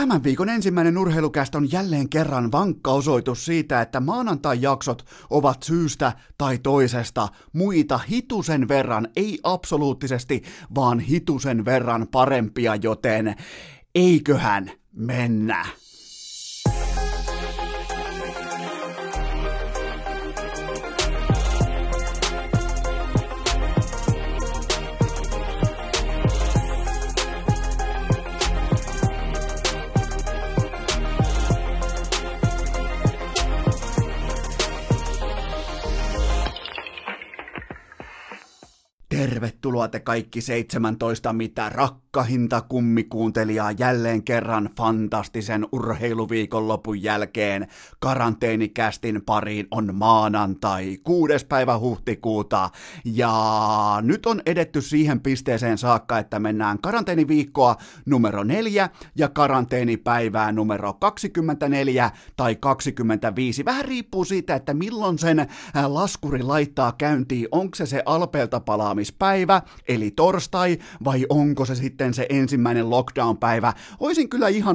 Tämän viikon ensimmäinen urheilukästä on jälleen kerran vankka osoitus siitä, että maanantai-jaksot ovat syystä tai toisesta muita hitusen verran, ei absoluuttisesti, vaan hitusen verran parempia, joten eiköhän mennä. Tervetuloa te kaikki 17 mitä rakkahinta kummikuuntelijaa jälleen kerran fantastisen urheiluviikonlopun jälkeen. Karanteenikästin pariin on maanantai 6. päivä huhtikuuta ja nyt on edetty siihen pisteeseen saakka, että mennään karanteeniviikkoa numero 4 ja karanteenipäivää numero 24 tai 25. Vähän riippuu siitä, että milloin sen laskuri laittaa käyntiin, onko se Alpeelta palaamispäivä, eli torstai, vai onko se sitten se ensimmäinen lockdown-päivä. Oisin kyllä ihan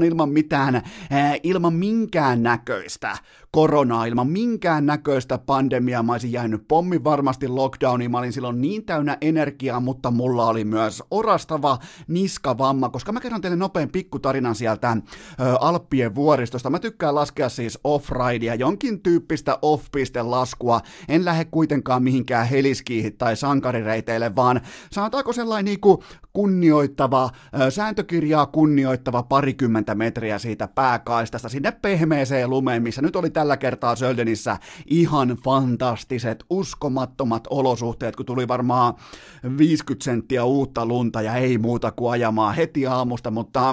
ilman minkään näköistä koronaa, ilman minkään näköistä pandemiaa, mä olisin jäänyt pommin varmasti lockdowniin, mä olin silloin niin täynnä energiaa, mutta mulla oli myös orastava niskavamma, koska mä kerron teille nopean pikkutarinan sieltä Alppien vuoristosta. Mä tykkään laskea siis off-ridea, jonkin tyyppistä off-piste-laskua, en lähde kuitenkaan mihinkään heliskiihin tai sankarireiteille, vaan sanotaanko sellainen niinku kunnioittava, sääntökirjaa kunnioittava 20 metriä siitä pääkaistasta sinne pehmeeseen lumeen, missä nyt oli tällä kertaa Söldenissä ihan fantastiset, uskomattomat olosuhteet, kun tuli varmaan 50 senttiä uutta lunta ja ei muuta kuin ajamaan heti aamusta, mutta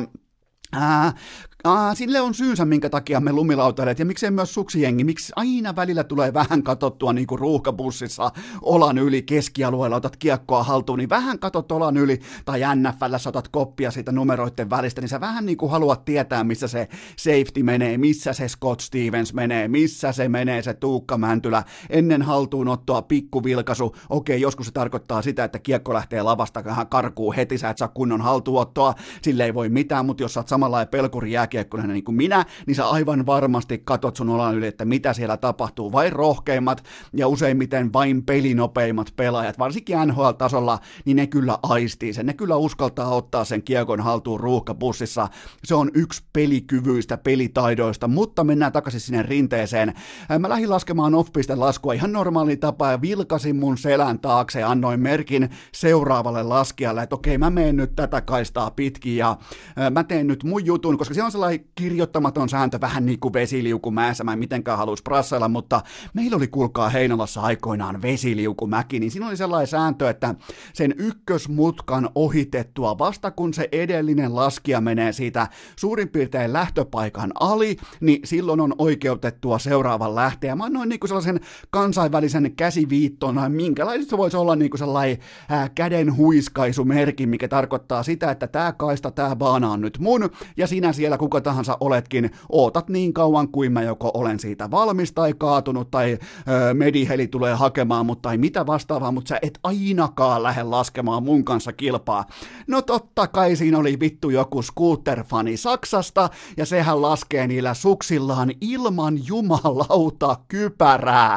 sille on syynsä, minkä takia me lumilautailijat ja miksei myös suksijengi, miksi aina välillä tulee vähän katsottua niin kuin ruuhkabussissa olan yli keskialueella, otat kiekkoa haltuun, niin vähän katot olan yli, tai NFL:ssä otat koppia siitä numeroiden välistä, niin sä vähän niin kuin haluat tietää, missä se safety menee, missä se Scott Stevens menee, missä se menee se Tuukka Mäntylä, ennen haltuunottoa pikkuvilkaisu, okei, joskus se tarkoittaa sitä, että kiekko lähtee lavasta karkuun heti, sä et saa kunnon haltuunottoa, sille ei voi mitään, mutta jos sä oot samanlainen pelkuri jääkiekkoinen niin kuin minä, niin sä aivan varmasti katot sun olan yli, että mitä siellä tapahtuu. Vain rohkeimmat ja useimmiten vain pelinopeimmat pelaajat, varsinkin NHL-tasolla, niin ne kyllä aistii sen. Ne kyllä uskaltaa ottaa sen kiekon haltuun ruuhkabussissa. Se on yksi pelikyvyistä, pelitaidoista, mutta mennään takaisin sinne rinteeseen. Mä lähdin laskemaan off-piste-laskua ihan normaali tapa ja vilkasin mun selän taakse ja annoin merkin seuraavalle laskijalle, että okei, mä menen nyt tätä kaistaa pitkin ja mä teen nyt mun jutun, koska se on sellainen kirjoittamaton sääntö, vähän niin kuin vesiliukumäessä, mä en mitenkään halus prassailla, mutta meillä oli kuulkaa Heinolassa aikoinaan vesiliukumäki, niin siinä oli sellainen sääntö, että sen ykkösmutkan ohitettua vasta kun se edellinen laskija menee siitä suurin piirtein lähtöpaikan ali, niin silloin on oikeutettua seuraavan lähteä. Mä annoin niin kuin sellaisen kansainvälisen käsiviitton, minkälaista se voisi olla niin kuin sellainen käden huiskaisumerkki, mikä tarkoittaa sitä, että tää kaista, tää baana on nyt mun, ja sinä siellä kuka tahansa oletkin, ootat niin kauan kuin mä joko olen siitä valmis tai kaatunut tai mediheli tulee hakemaan mut tai mitä vastaavaa, mutta sä et ainakaan lähde laskemaan mun kanssa kilpaa. No totta kai siinä oli vittu joku scooter-fani Saksasta ja sehän laskee niillä suksillaan ilman jumalauta kypärää.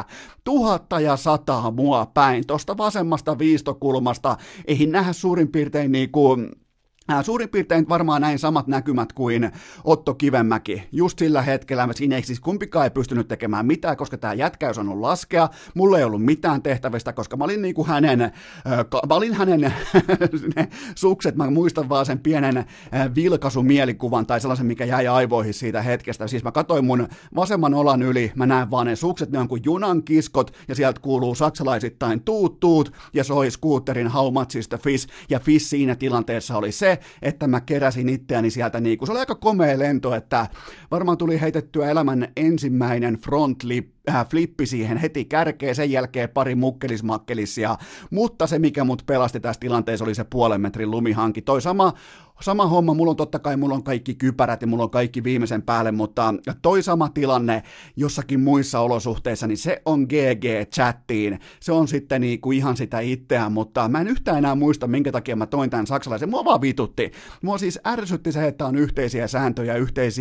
1100 mua päin, tosta vasemmasta viistokulmasta, ei nähdä suurin piirtein suurin piirtein varmaan näin samat näkymät kuin Otto Kivenmäki. Just sillä hetkellä siinä ei siis kumpikaan ei pystynyt tekemään mitään, koska tämä jätkä ei osannut laskea. Mulla ei ollut mitään tehtävistä, koska mä olin niinku hänen ne sukset, mä muistan vaan sen pienen vilkaisumielikuvan tai sellaisen, mikä jäi aivoihin siitä hetkestä. Siis mä katsoin mun vasemman olan yli, mä näen vaan ne sukset, ne on kuin junan kiskot ja sieltä kuuluu saksalaisittain tuut ja soi scooterin How much is the fish, ja fish siinä tilanteessa oli se, että mä keräsin itseäni sieltä se oli aika komea lento, että varmaan tuli heitettyä elämän ensimmäinen flippi siihen heti kärkeen, sen jälkeen pari mukkelismakkelisia, mutta se mikä mut pelasti tässä tilanteessa oli se 0,5 metrin lumihanki. Toi sama homma, mulla on kaikki kypärät ja mulla on kaikki viimeisen päälle, mutta toi sama tilanne jossakin muissa olosuhteissa, niin se on GG-chattiin, se on sitten niinku ihan sitä itseään, mutta mä en yhtään enää muista, minkä takia mä toin tämän saksalaisen, mua vaan vitutti. Mua siis ärsytti se, että on yhteisiä sääntöjä,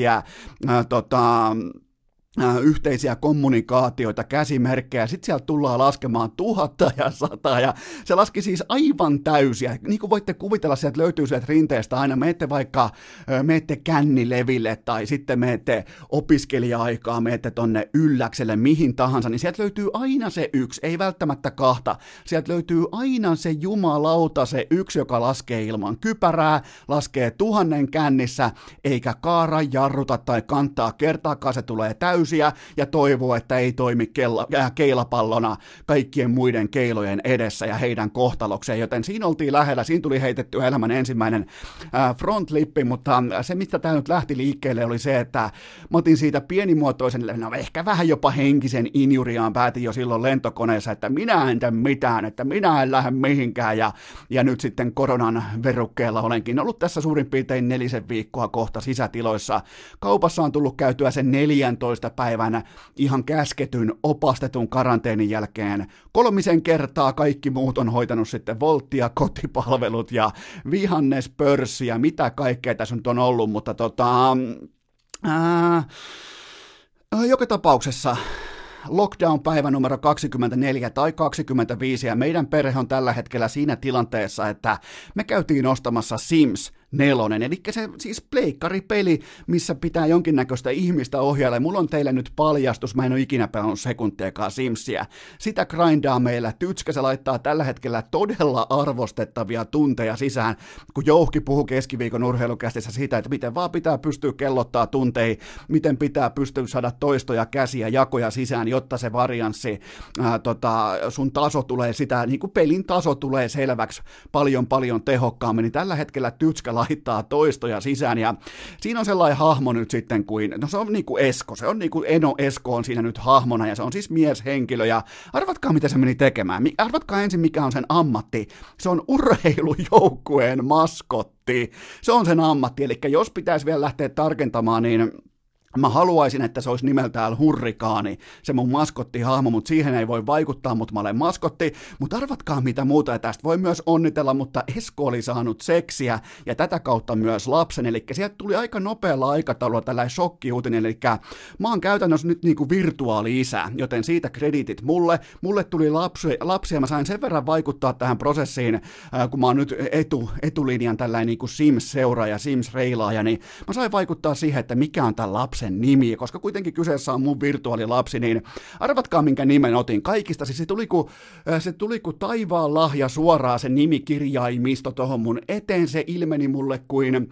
yhteisiä kommunikaatioita, käsimerkkejä, sitten sieltä tullaan laskemaan 1000 ja 100, ja se laski siis aivan täysiä. Niin kuin voitte kuvitella, sieltä löytyy sieltä rinteestä aina, meette kännileville, tai sitten meette opiskelija-aikaa, meette tonne Ylläkselle, mihin tahansa, niin sieltä löytyy aina se yksi, ei välttämättä kahta, sieltä löytyy aina se jumalauta, se yksi, joka laskee ilman kypärää, laskee 1000 kännissä, eikä kaara, jarruta tai kantaa kertaakaan, se tulee täysin, ja toivoo, että ei toimi keilapallona kaikkien muiden keilojen edessä ja heidän kohtalokseen, joten siinä oltiin lähellä, siinä tuli heitettyä elämän ensimmäinen frontlippi, mutta se, mistä tämä nyt lähti liikkeelle, oli se, että mä otin siitä pienimuotoisen, no ehkä vähän jopa henkisen injuriaan, päätin jo silloin lentokoneessa, että minä en tee mitään, että minä en lähde mihinkään, ja nyt sitten koronan verukkeella olenkin ollut tässä suurin piirtein 4 viikkoa kohta sisätiloissa. Kaupassa on tullut käytyä sen 14 päivänä ihan käsketyn, opastetun karanteenin jälkeen 3 kertaa kaikki muut on hoitanut sitten Volttia, kotipalvelut ja vihannespörssi ja mitä kaikkea tässä nyt on ollut, mutta joka tapauksessa lockdown-päivä numero 24 tai 25, ja meidän perhe on tällä hetkellä siinä tilanteessa, että me käytiin ostamassa Sims 4, eli se siis pleikkaripeli, missä pitää jonkinnäköistä ihmistä ohjailla. Mulla on teille nyt paljastus, mä en ole ikinä pelannut sekuntiakaan Simsiä. Sitä grindaa meillä Tytskä, se laittaa tällä hetkellä todella arvostettavia tunteja sisään, kun Jouhki puhuu keskiviikon urheilukästissä siitä, että miten vaan pitää pystyä kellottaa tunteja, miten pitää pystyä saada toistoja, käsiä, jakoja sisään, jotta se varianssi, sun taso tulee sitä, niin kuin pelin taso tulee selväksi paljon tehokkaammin, niin tällä hetkellä Tytskä laittaa toistoja sisään, ja siinä on sellainen hahmo nyt sitten kuin, no se on niinku Esko, se on niinku Eno Esko on siinä nyt hahmona, ja se on siis mieshenkilö, ja arvatkaa mitä se meni tekemään, arvatkaa ensin mikä on sen ammatti, se on urheilujoukkueen maskotti, se on sen ammatti, eli jos pitäisi vielä lähteä tarkentamaan, niin mä haluaisin, että se olisi nimeltään Hurrikaani, se mun maskottihahmo, mutta siihen ei voi vaikuttaa, mutta mä olen maskotti, mutta arvatkaa mitä muuta, ja tästä voi myös onnitella, mutta Esko oli saanut seksiä, ja tätä kautta myös lapsen, eli sieltä tuli aika nopealla aikataululla tällainen shokkiuutinen, eli mä oon käytännössä nyt niinku virtuaali-isä, joten siitä krediitit mulle tuli lapsi, ja mä sain sen verran vaikuttaa tähän prosessiin, kun mä oon nyt etulinjan tällainen niinku Sims-seuraaja, Sims-reilaaja, niin mä sain vaikuttaa siihen, että mikä on tämän lapsen nimi, koska kuitenkin kyseessä on mun virtuaalilapsi, niin arvatkaa minkä nimen otin kaikista, siis se tuli kuin taivaan lahja suoraan se nimikirjaimisto tohon mun eteen, se ilmeni mulle kuin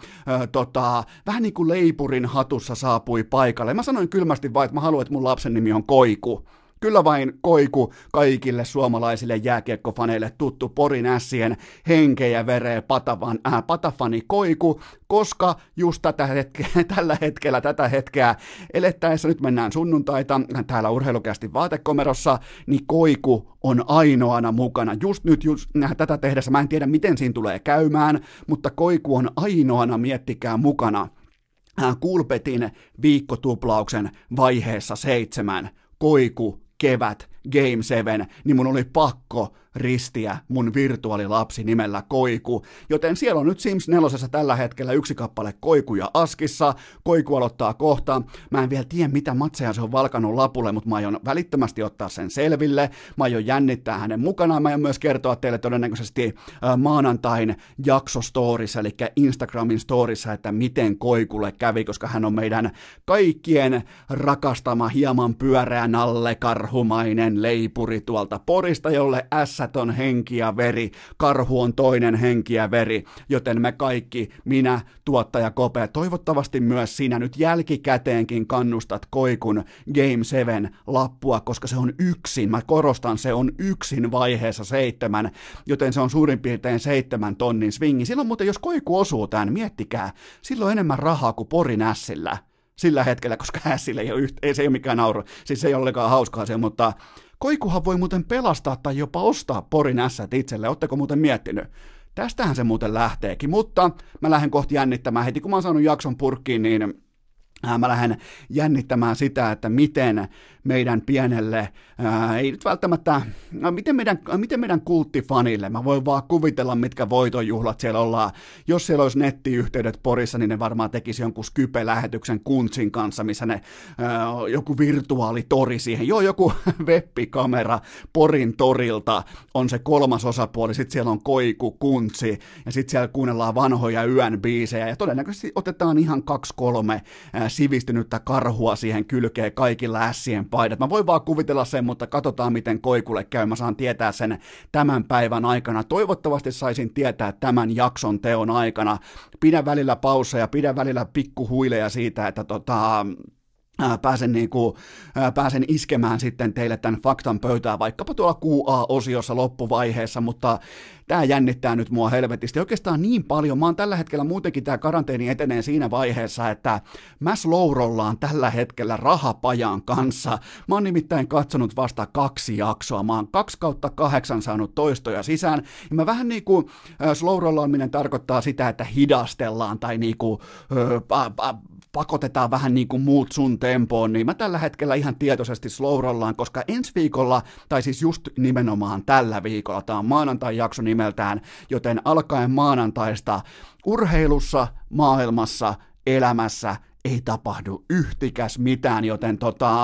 vähän niin kuin leipurin hatussa saapui paikalle. Mä sanoin kylmästi vaan, että mä haluan, että mun lapsen nimi on Koiku. Kyllä vain Koiku kaikille suomalaisille jääkiekkofaneille tuttu Porin Ässien henkeä ja vereä patafani Koiku, koska just tällä hetkellä, tätä hetkeä elettäessä, nyt mennään sunnuntaita täällä urheilukästi vaatekomerossa, niin Koiku on ainoana mukana. Just tätä tehdessä, mä en tiedä miten siinä tulee käymään, mutta Koiku on ainoana, miettikää, mukana Kulpetin viikkotuplauksen vaiheessa 7. Koiku kevät, Game 7, niin mun oli pakko ristiä mun virtuaalilapsi nimellä Koiku, joten siellä on nyt Sims 4 tällä hetkellä 1 kappale Koikuja askissa, Koiku aloittaa kohta, mä en vielä tiedä mitä matseja se on valkannut lapulle, mutta mä aion välittömästi ottaa sen selville, mä aion jännittää hänen mukanaan, mä aion myös kertoa teille todennäköisesti maanantain jaksostorissa, eli Instagramin storissa, että miten Koikulle kävi, koska hän on meidän kaikkien rakastama hieman pyöreä nallekarhumainen leipuri tuolta Porista, jolle ässät on henki ja veri, karhu on toinen henki ja veri, joten me kaikki, minä, tuottaja Kope, toivottavasti myös sinä nyt jälkikäteenkin kannustat Koikun Game 7 lappua, koska se on yksin, mä korostan, se on yksin vaiheessa 7, joten se on suurin piirtein 7 tonnin swingi. Silloin muuten, jos Koiku osuu tämän, miettikää, silloin enemmän rahaa kuin Porin Ässillä. sillä hetkellä, koska Ässille ei se ei ole mikään nauru, siis se ei ole ollenkaan hauskaa se, mutta Koikuhan voi muuten pelastaa tai jopa ostaa Porin Ässät itselle, ootteko muuten miettinyt? Tästähän se muuten lähteekin, mutta mä lähden kohti jännittämään heti, kun mä oon saanut jakson purkkiin, niin mä lähden jännittämään sitä, että miten meidän pienelle, ei nyt välttämättä, miten meidän kulttifanille, mä voin vaan kuvitella, mitkä voitonjuhlat siellä ollaan. Jos siellä olisi nettiyhteydet Porissa, niin ne varmaan tekisi jonkun Skype-lähetyksen Kuntsin kanssa, missä ne joku virtuaalitori siihen, joku webbikamera Porin torilta on se kolmas osapuoli, sitten siellä on Koiku, Kuntsi, ja sitten siellä kuunnellaan vanhoja yön biisejä, ja todennäköisesti otetaan ihan 2-3 sivistynyttä karhua siihen kylkeen kaikilla ässien paidat. Mä voin vaan kuvitella sen, mutta katsotaan miten Koikulle käy. Mä saan tietää sen tämän päivän aikana. Toivottavasti saisin tietää tämän jakson teon aikana. Pidä välillä pausseja, pidä välillä pikkuhuileja siitä, että pääsen iskemään sitten teille tämän faktan pöytään vaikkapa tuolla QA-osiossa loppuvaiheessa, mutta tämä jännittää nyt mua helvetisti. Oikeastaan niin paljon. Mä oon tällä hetkellä muutenkin tämä karanteeni etenee siinä vaiheessa, että mä slowrollaan tällä hetkellä Rahapajan kanssa. Mä oon nimittäin katsonut vasta 2 jaksoa. Mä oon 2/8 saanut toistoja sisään. Ja mä vähän niin kuin slowrollaaminen tarkoittaa sitä, että hidastellaan tai niinku pakotetaan vähän niin kuin muut sun tempoon, niin mä tällä hetkellä ihan tietoisesti slowrollaan, koska ensi viikolla, tai siis just nimenomaan tällä viikolla, tää on maanantai-jakso nimeltään, joten alkaen maanantaista urheilussa, maailmassa, elämässä ei tapahdu yhtikäs mitään, joten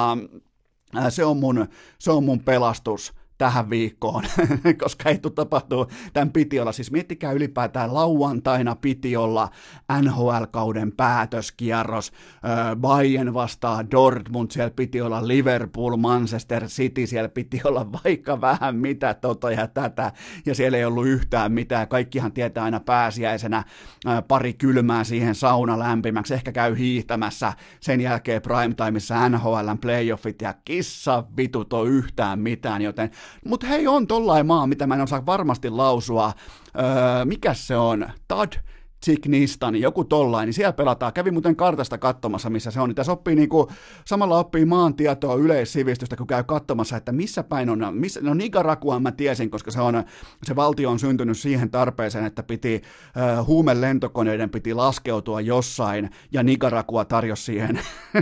se on mun pelastus tähän viikkoon, koska ei tule tapahtua, tämän piti olla, siis miettikää ylipäätään lauantaina piti olla NHL-kauden päätöskierros, Bayern vastaa Dortmund, siellä piti olla Liverpool, Manchester City, siellä piti olla vaikka vähän mitä ja tätä, ja siellä ei ollut yhtään mitään, kaikkihan tietää aina pääsiäisenä pari kylmää siihen sauna lämpimäksi, ehkä käy hiihtämässä, sen jälkeen primetimeissa NHL:n playoffit, ja kissa vitut on yhtään mitään, joten mutta hei, on tollain maa, mitä mä en osaa varmasti lausua. Mikä se on? Tadžikistan, joku tollain, niin siellä pelataan. Kävin muuten kartasta katsomassa, missä se on. Niin tässä oppii samalla oppii maantietoa, yleissivistystä, kun käy katsomassa, että missä päin on. No Nicaraguan mä tiesin, koska se valtio on syntynyt siihen tarpeeseen, että huumelentokoneiden piti laskeutua jossain, ja Nicaragua tarjosi siihen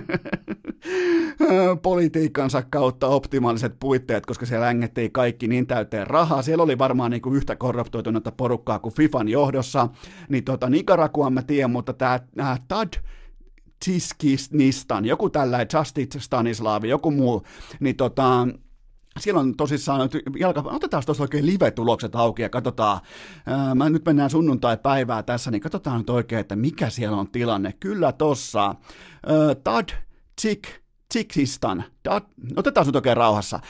politiikkansa kautta optimaaliset puitteet, koska siellä ängettiin kaikki niin täyteen rahaa. Siellä oli varmaan niin kuin yhtä korruptoitunutta porukkaa kuin FIFAn johdossa, niin Nicaraguan mä tiedän, mutta tämä Tadžikistan, joku tällainen Justit Stanislavi, joku muu, niin siellä on tosissaan, otetaan tuossa oikein live-tulokset auki ja katsotaan, nyt mennään sunnuntai-päivää tässä, niin katsotaan nyt oikein, että mikä siellä on tilanne. Kyllä tossa, Tadžikistan, otetaan nyt oikein rauhassa,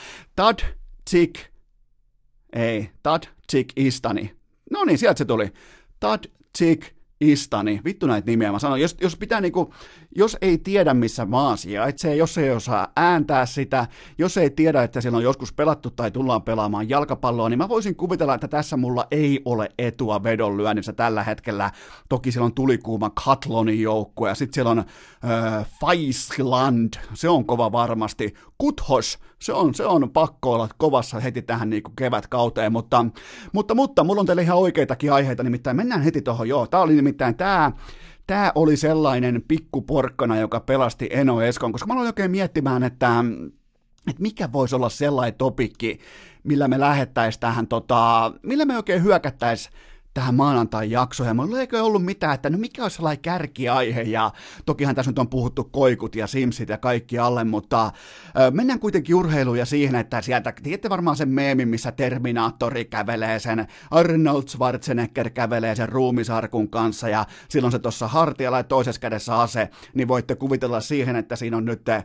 Tadžikistani, no niin, sieltä se tuli, Tadžikistani, vittu näitä nimiä, mä sanon, jos pitää niinku, jos ei tiedä missä maa sijaitsee, jos ei osaa ääntää sitä, jos ei tiedä, että siellä on joskus pelattu tai tullaan pelaamaan jalkapalloa, niin mä voisin kuvitella, että tässä mulla ei ole etua vedonlyönnissä tällä hetkellä. Toki siellä on tulikuuma Katlonin joukkue ja sitten siellä on Faisland, se on kova varmasti, Kuthos, se on pakko olla kovassa heti tähän niin kuin kevätkauteen, mutta mulla on teille ihan oikeitakin aiheita, nimittäin mennään heti tuohon, tää oli nimittäin Tämä oli sellainen pikkuporkkana, joka pelasti Eno Eskon, koska mä aloin oikein miettimään, että mikä voisi olla sellainen topikki, millä me lähettäisiin tähän, millä me oikein hyökättäisiin tähän maanantai-jaksoon, ja mulla eikö ollut mitään, että no mikä olisi sellainen kärkiaihe, ja tokihan tässä nyt on puhuttu Koikut ja Simsit ja kaikki alle, mutta mennään kuitenkin urheiluun ja siihen, että sieltä, tiedätte varmaan sen meemin, missä Terminaattori kävelee sen, Arnold Schwarzenegger kävelee sen ruumisarkun kanssa, ja silloin se tuossa hartialla ja toisessa kädessä ase, niin voitte kuvitella siihen, että siinä on nyt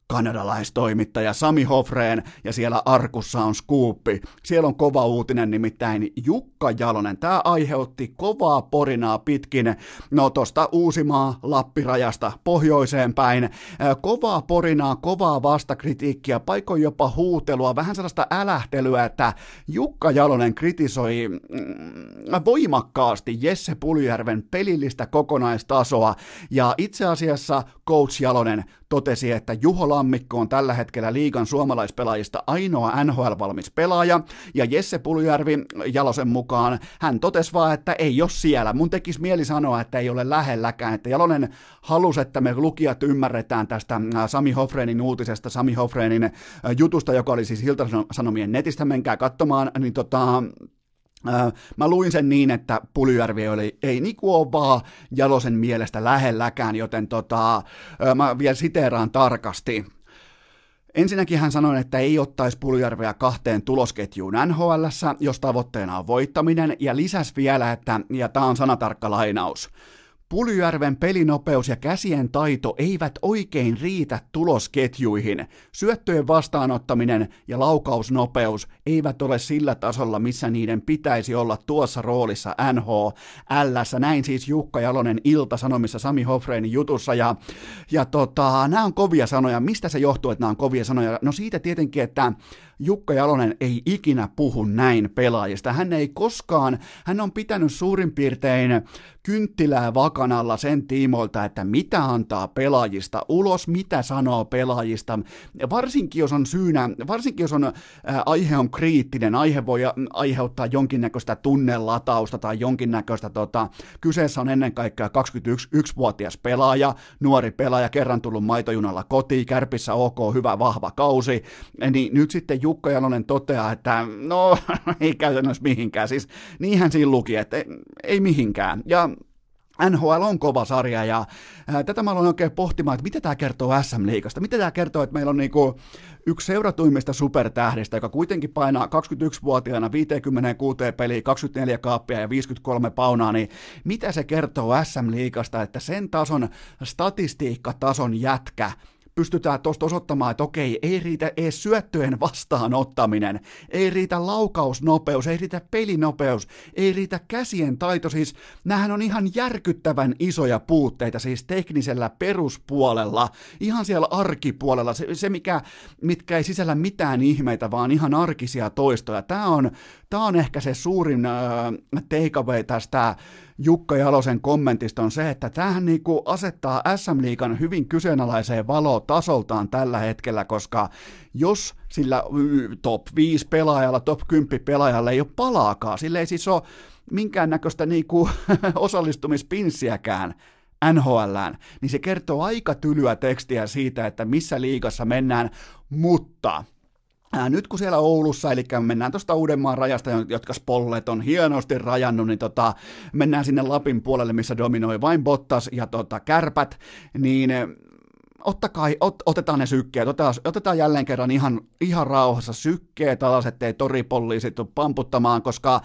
kanadalaistoimittaja Sami Hofreen ja siellä arkussa on skuuppi. Siellä on kova uutinen, nimittäin Jukka Jalonen. Tämä aiheutti kovaa porinaa pitkin, no tosta Uusimaa Lappirajasta pohjoiseen päin. Kovaa porinaa, kovaa vastakritiikkiä, paikoin jopa huutelua, vähän sellaista älähtelyä, että Jukka Jalonen kritisoi voimakkaasti Jesse Puljujärven pelillistä kokonaistasoa, ja itse asiassa Coach Jalonen totesi, että Juho Lammikko on tällä hetkellä liigan suomalaispelaajista ainoa NHL-valmis pelaaja, ja Jesse Puljujärvi Jalosen mukaan, hän totesi vaan, että ei ole siellä. Mun tekisi mieli sanoa, että ei ole lähelläkään, että Jalonen halusi, että me lukijat ymmärretään tästä Sami Hofreenin uutisesta, Sami Hofreenin jutusta, joka oli siis Ilta-Sanomien netistä, menkää katsomaan, niin mä luin sen niin, että Puljujärvi ei niinku ole vaan Jalosen mielestä lähelläkään, joten mä vielä siteeraan tarkasti. Ensinnäkin hän sanoi, että ei ottaisi Puljujärveä 2 tulosketjuun NHL:ssä, jos tavoitteena on voittaminen, ja lisäsi vielä, että, ja tämä on sanatarkka lainaus, Puljujärven pelinopeus ja käsien taito eivät oikein riitä tulosketjuihin. Syöttöjen vastaanottaminen ja laukausnopeus eivät ole sillä tasolla, missä niiden pitäisi olla tuossa roolissa NHL:ssä. Näin siis Jukka Jalonen Ilta-Sanomissa Sami Hofreenin jutussa. Ja nämä on kovia sanoja. Mistä se johtuu, että nämä on kovia sanoja? No siitä tietenkin, että Jukka Jalonen ei ikinä puhu näin pelaajista. Hän on pitänyt suurin piirtein kynttilää vakanalla sen tiimoilta, että mitä antaa pelaajista ulos, mitä sanoo pelaajista, varsinkin jos aihe on kriittinen, aihe voi aiheuttaa jonkinnäköistä tunnelatausta tai jonkinnäköistä, kyseessä on ennen kaikkea 21-vuotias pelaaja, nuori pelaaja, kerran tullut maitojunalla kotiin, Kärpissä OK, hyvä vahva kausi, niin nyt sitten Jukka Jalonen toteaa, että no ei käytännössä mihinkään, siis niinhän siinä luki, että ei mihinkään, ja NHL on kova sarja, ja tätä mä aloin oikein pohtimaan, että mitä tämä kertoo SM-liigasta, mitä tämä kertoo, että meillä on niinku yksi seuratuimmista supertähdistä, joka kuitenkin painaa 21-vuotiaana 56 peliä, 24 kaappia ja 53 paunaa, niin mitä se kertoo SM-liigasta, että sen tason, statistiikkatason jätkä pystytään tuosta osoittamaan, että okei, ei riitä edes syöttöjen vastaanottaminen, ei riitä laukausnopeus, ei riitä pelinopeus, ei riitä käsien taito, siis näähän on ihan järkyttävän isoja puutteita siis teknisellä peruspuolella, ihan siellä arkipuolella, se mitkä ei sisällä mitään ihmeitä, vaan ihan arkisia toistoja. Tämä on ehkä se suurin takeaway tästä Jukka Jalosen kommentista on se, että tämähän niinku asettaa SM-liigan hyvin kyseenalaiseen valoon tasoltaan tällä hetkellä, koska jos sillä top 5 pelaajalla, top 10 pelaajalla ei ole palaakaan, sillä ei siis ole minkäännäköistä niinku osallistumispinssiäkään NHL:ään, niin se kertoo aika tylyä tekstiä siitä, että missä liigassa mennään, mutta nyt kun siellä Oulussa, eli mennään tuosta Uudenmaan rajasta, jotka Spollet on hienosti rajannut, niin mennään sinne Lapin puolelle, missä dominoi vain Bottas ja Kärpät, niin otetaan ne sykkeet, otetaan jälleen kerran ihan rauhassa sykkeet alas, ettei toripoliisit tule pamputtamaan, koska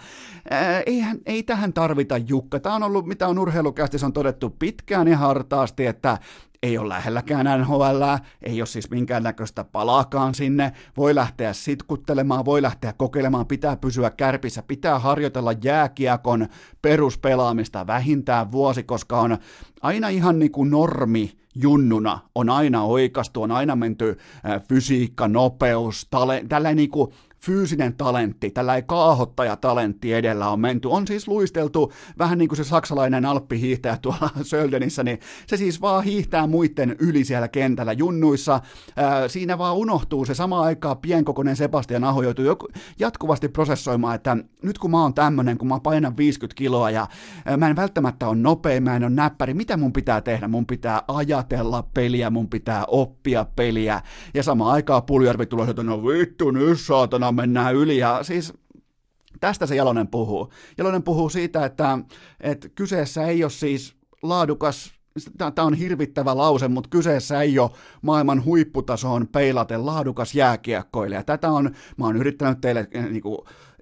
ei tähän tarvita Jukka. Tämä on ollut, mitä on urheilukästissä on todettu pitkään ja hartaasti, että ei ole lähelläkään NHL:ää, ei ole siis minkäännäköistä palaakaan sinne, voi lähteä sitkuttelemaan, voi lähteä kokeilemaan, pitää pysyä Kärpissä, pitää harjoitella jääkiekon peruspelaamista vähintään vuosi, koska on aina ihan niin kuin normi junnuna, on aina oikastu, on aina menty fysiikka, nopeus, tällainen niin kuin fyysinen talentti, tällainen kaahottajatalentti edellä on menty, on siis luisteltu vähän niin kuin se saksalainen alppihiihtäjä tuolla Söldenissä, niin se siis vaan hiihtää muiden yli siellä kentällä junnuissa, siinä vaan unohtuu se sama aikaa pienkokoinen Sebastian Aho joutuu jatkuvasti prosessoimaan, että nyt kun mä oon tämmönen, kun mä painan 50 kiloa ja mä en välttämättä ole nopea, mä en ole näppäri, mitä mun pitää tehdä? Mun pitää ajatella peliä, mun pitää oppia peliä, ja samaan aikaan Puljujärvi tulee, että no vittu, nyt saatana mennään yli, ja siis tästä se Jalonen puhuu. Jalonen puhuu siitä, että kyseessä ei ole siis laadukas, tämä on hirvittävä lause, mutta kyseessä ei ole maailman huipputasoon peilaten laadukas jääkiekkoilija. Mä oon yrittänyt teille niinku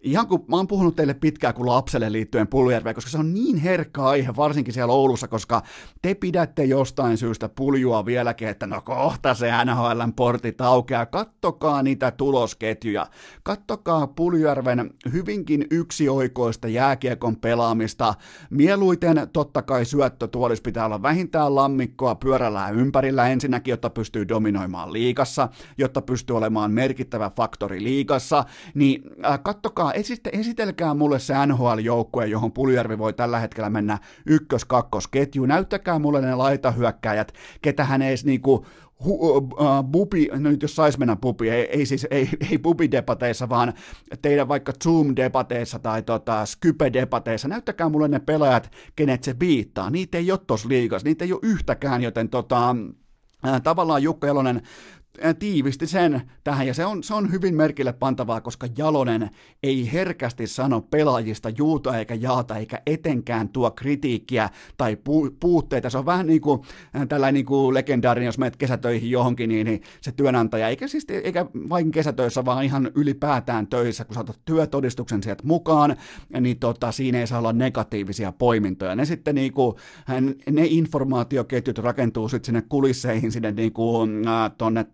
Ihan kun mä oon puhunut teille pitkään kuin lapselle liittyen Puljujärveen, koska se on niin herkkä aihe, varsinkin siellä Oulussa, koska te pidätte jostain syystä Puljua vieläkin, että no kohta se NHL:n portit aukeaa. Kattokaa niitä tulosketjuja. Kattokaa Puljujärven hyvinkin yksioikoista jääkiekon pelaamista. Mieluiten totta kai syöttötuolissa pitää olla vähintään lammikkoa pyörällää ympärillä ensinnäkin, jotta pystyy dominoimaan liigassa, jotta pystyy olemaan merkittävä faktori liigassa, niin kattokaa, esitelkää mulle se NHL-joukkue, johon Puljujärvi voi tällä hetkellä mennä ykkös-kakkosketjuun. Näyttäkää mulle ne laitahyökkäjät, ketä hän edes niinku bubi, no nyt jos sais mennä bubi, ei bubi-debateissa, vaan teidän vaikka Zoom-debateissa tai Skype-debateissa, näyttäkää mulle ne pelaajat, kenet se biittaa. Niitä ei ole tossa liigassa, niitä ei ole yhtäkään, joten tavallaan Jukka Jalonen tiivisti sen tähän, ja se on hyvin merkille pantavaa, koska Jalonen ei herkästi sano pelaajista juuta eikä jaata, eikä etenkään tuo kritiikkiä tai puutteita. Se on vähän niin kuin tällainen niin kuin legendaarinen, jos menet kesätöihin johonkin, niin se työnantaja, eikä vain kesätöissä, vaan ihan ylipäätään töissä, kun saatat työtodistuksen sieltä mukaan, niin siinä ei saa olla negatiivisia poimintoja. Ne sitten niin kuin, ne informaatioketjut rakentuu sitten sinne kulisseihin, sinne niin kuin, tonne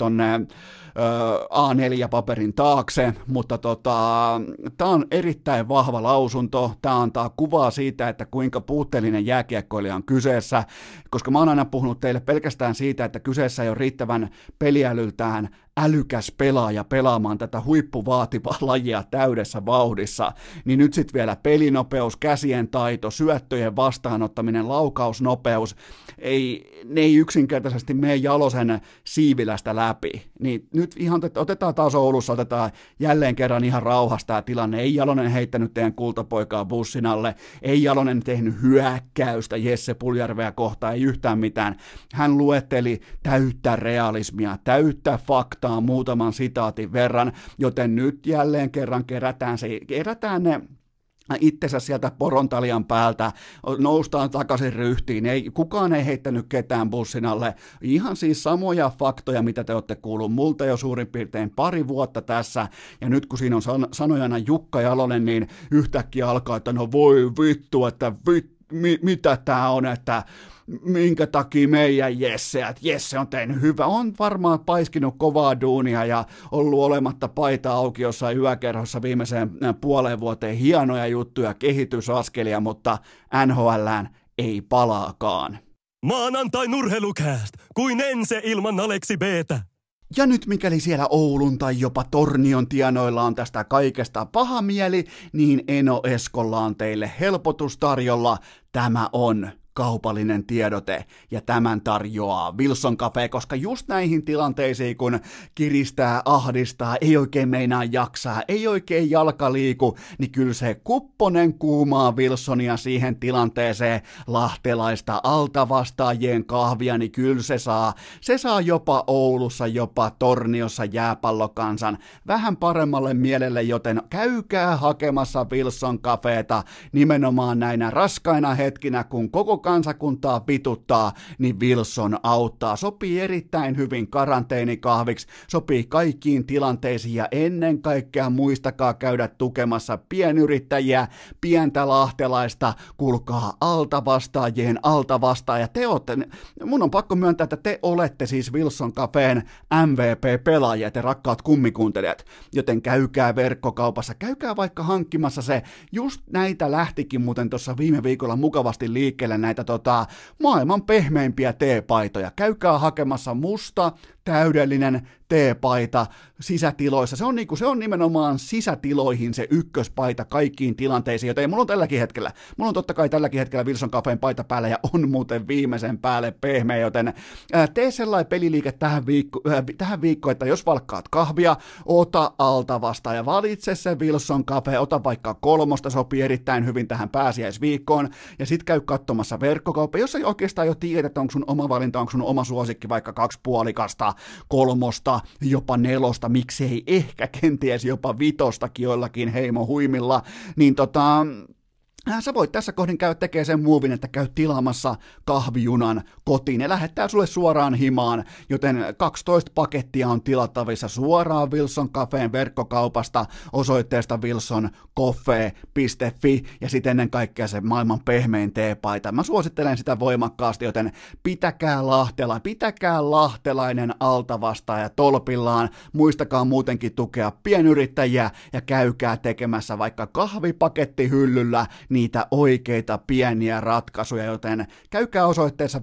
A4-paperin taakse, mutta tämä on erittäin vahva lausunto, tämä antaa kuvaa siitä, että kuinka puutteellinen jääkiekkoilija on kyseessä, koska mä oon aina puhunut teille pelkästään siitä, että kyseessä ei ole riittävän peliälyltään älykäs pelaaja pelaamaan tätä huippuvaativaa lajia täydessä vauhdissa, niin nyt sitten vielä pelinopeus, käsien taito, syöttöjen vastaanottaminen, laukausnopeus, ne ei yksinkertaisesti mene Jalosen siivilästä läpi. Niin nyt ihan otetaan taas Oulussa, otetaan jälleen kerran ihan rauhassa tämä tilanne. Ei Jalonen heittänyt teidän kultapoikaa bussin alle, ei Jalonen tehnyt hyökkäystä Jesse Puljärveä kohtaan, ei yhtään mitään. Hän luetteli täyttä realismia, täyttä faktaa, muutaman sitaatin verran, joten nyt jälleen kerran kerätään ne itsensä sieltä porontalian päältä, noustaan takaisin ryhtiin, kukaan ei heittänyt ketään bussin alle, ihan siis samoja faktoja, mitä te olette kuullut multa jo suurin piirtein pari vuotta tässä, ja nyt kun siinä on sanojana Jukka Jalonen, niin yhtäkkiä alkaa, että no voi vittu, että mitä tää on, että minkä takia meidän Jesse on tehnyt hyvä, on varmaan paiskinut kovaa duunia ja ollut olematta paita auki jossain yökerhossa viimeiseen puoleen vuoteen, hienoja juttuja, kehitysaskelia, mutta NHL:ään ei palaakaan. Maanantai Nurheilukääst, kuin ense ilman Aleksi B:tä. Ja nyt mikäli siellä Oulun tai jopa Tornion tienoilla on tästä kaikesta paha mieli, niin Eno Eskolla on teille helpotus tarjolla. Tämä on kaupallinen tiedote, ja tämän tarjoaa Wilson Cafe, koska just näihin tilanteisiin, kun kiristää, ahdistaa, ei oikein meinaa jaksaa, ei oikein jalka liiku, niin kyllä se kupponen kuumaa Wilsonia siihen tilanteeseen, lahtelaista altavastaajien kahvia, niin kyllä se saa jopa Oulussa, jopa Torniossa jääpallokansan vähän paremmalle mielelle, joten käykää hakemassa Wilson Cafeta nimenomaan näinä raskaina hetkinä, kun koko kansakuntaa vituttaa, niin Wilson auttaa. Sopii erittäin hyvin karanteenikahviksi, sopii kaikkiin tilanteisiin ja ennen kaikkea muistakaa käydä tukemassa pienyrittäjiä, pientä lahtelaista, kuulkaa altavastaajien altavastaaja. Mun on pakko myöntää, että te olette siis Wilson Cafeen MVP-pelaajia, te rakkaat kummikuuntelijat, joten käykää verkkokaupassa, käykää vaikka hankkimassa se, just näitä lähtikin muuten tuossa viime viikolla mukavasti liikkeelle näitä maailman pehmeimpiä teepaitoja. Käykää hakemassa musta, täydellinen teepaita sisätiloissa. Se on nimenomaan sisätiloihin se ykköspaita kaikkiin tilanteisiin, joten mulla on totta kai tälläkin hetkellä Wilson Cafeen paita päällä ja on muuten viimeisen päälle pehmeä, joten tee sellainen peliliike tähän viikkoon, että jos valkkaat kahvia, ota alta vastaan ja valitse se Wilson Cafe, ota vaikka 3, sopii erittäin hyvin tähän pääsiäisviikkoon, ja sit käy katsomassa verkkokauppa, jos ei oikeastaan jo tiedä, että onko sun oma valinta, onko sun oma suosikki vaikka 2,5, 3, jopa 4, miksei ehkä kenties jopa 5 joillakin heimohuimilla, niin Sä voit tässä kohdin käydä tekemään sen muuvin, että käy tilaamassa kahvijunan kotiin ja lähettää sulle suoraan himaan, joten 12 pakettia on tilattavissa suoraan Wilson Cafeen verkkokaupasta osoitteesta wilsoncoffee.fi ja sitten ennen kaikkea se maailman pehmein teepaita. Mä suosittelen sitä voimakkaasti, joten pitäkää lahtelainen altavastaaja tolpillaan, muistakaa muutenkin tukea pienyrittäjiä ja käykää tekemässä vaikka kahvipakettihyllyllä niitä oikeita pieniä ratkaisuja, joten käykää osoitteessa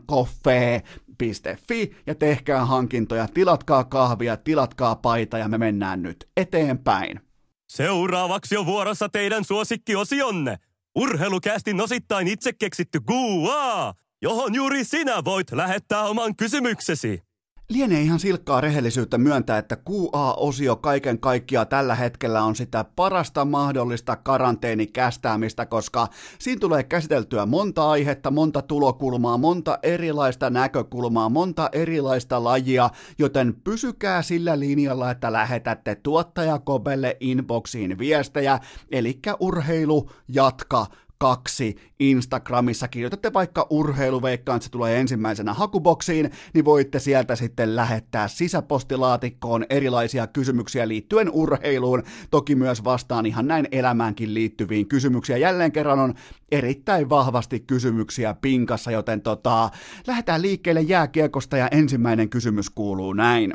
wilsoncoffee.fi ja tehkää hankintoja, tilatkaa kahvia, tilatkaa paita ja me mennään nyt eteenpäin. Seuraavaksi on vuorossa teidän suosikkiosionne. Urheilukästin osittain itse keksitty Q&A, johon juuri sinä voit lähettää oman kysymyksesi. Lienee ihan silkkaa rehellisyyttä myöntää, että QA-osio kaiken kaikkiaan tällä hetkellä on sitä parasta mahdollista karanteenikästäämistä, koska siinä tulee käsiteltyä monta aihetta, monta tulokulmaa, monta erilaista näkökulmaa, monta erilaista lajia, joten pysykää sillä linjalla, että lähetätte tuottaja Kobelle inboxiin viestejä, elikkä urheilu jatka 2 Instagramissa, kirjoitatte vaikka urheiluveikkaan, että se tulee ensimmäisenä hakuboksiin, niin voitte sieltä sitten lähettää sisäpostilaatikkoon erilaisia kysymyksiä liittyen urheiluun, toki myös vastaan ihan näin elämäänkin liittyviin kysymyksiä. Jälleen kerran on erittäin vahvasti kysymyksiä pinkassa, joten lähdetään liikkeelle jääkiekosta ja ensimmäinen kysymys kuuluu näin.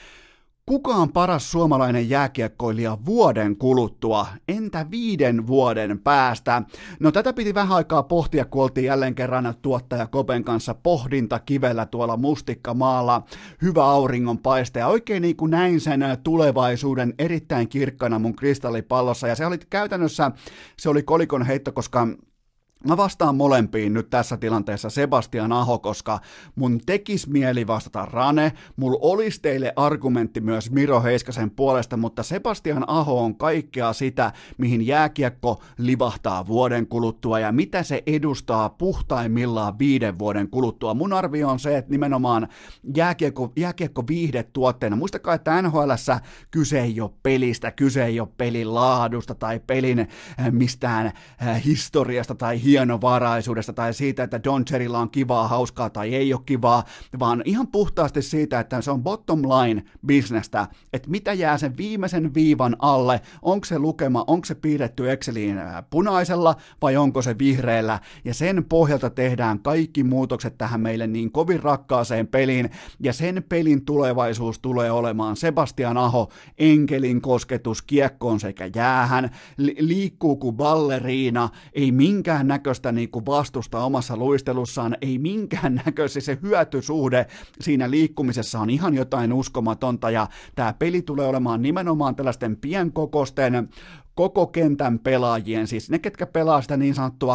Kuka on paras suomalainen jääkiekkoilija vuoden kuluttua? Entä 5 vuoden päästä? No tätä piti vähän aikaa pohtia, kun oltiin jälleen kerran tuottaja Kopen kanssa pohdintakivellä tuolla Mustikkamaalla. Hyvä auringonpaiste ja oikein niin kuin näin sen tulevaisuuden erittäin kirkkana mun kristallipallossa. Ja se oli käytännössä, se oli kolikon heitto, koska mä vastaan molempiin nyt tässä tilanteessa Sebastian Aho, koska mun tekis mieli vastata Rane, mulla olisi teille argumentti myös Miro Heiskasen puolesta, mutta Sebastian Aho on kaikkea sitä, mihin jääkiekko livahtaa vuoden kuluttua ja mitä se edustaa puhtaimmillaan 5 vuoden kuluttua. Mun arvio on se, että nimenomaan jääkiekko viihdetuotteena, muistakaa, että NHL:ssä kyse ei ole pelistä, kyse ei ole pelin laadusta tai pelin mistään historiasta tai hienovaraisuudesta tai siitä, että Don Cherryllä on kivaa, hauskaa tai ei ole kivaa, vaan ihan puhtaasti siitä, että se on bottom line bisnestä, että mitä jää sen viimeisen viivan alle, onko se lukema, onko se piirretty Exceliin punaisella vai onko se vihreällä, ja sen pohjalta tehdään kaikki muutokset tähän meille niin kovin rakkaaseen peliin, ja sen pelin tulevaisuus tulee olemaan Sebastian Aho, enkelin kosketus kiekkoon sekä jäähän, liikkuu kuin balleriina, ei minkään näköistä niin kuin vastusta omassa luistelussaan, ei minkään näköistä, se hyötysuhde siinä liikkumisessa on ihan jotain uskomatonta, ja tämä peli tulee olemaan nimenomaan tällaisten pienkokosten koko kentän pelaajien, siis ne, ketkä pelaa sitä niin sanottua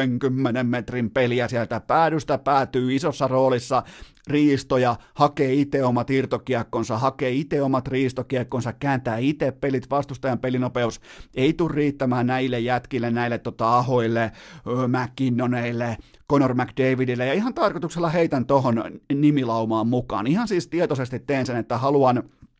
60 metrin peliä sieltä päädystä päätyy isossa roolissa, riistoja, hakee itse omat irtokiekkonsa, hakee itse omat riistokiekkonsa, kääntää itse pelit, vastustajan pelinopeus ei tule riittämään näille jätkille, näille Ahoille, McKinnoneille, Connor McDavidille, ja ihan tarkoituksella heitän tohon nimilaumaan mukaan. Ihan siis tietoisesti teen sen, että haluan,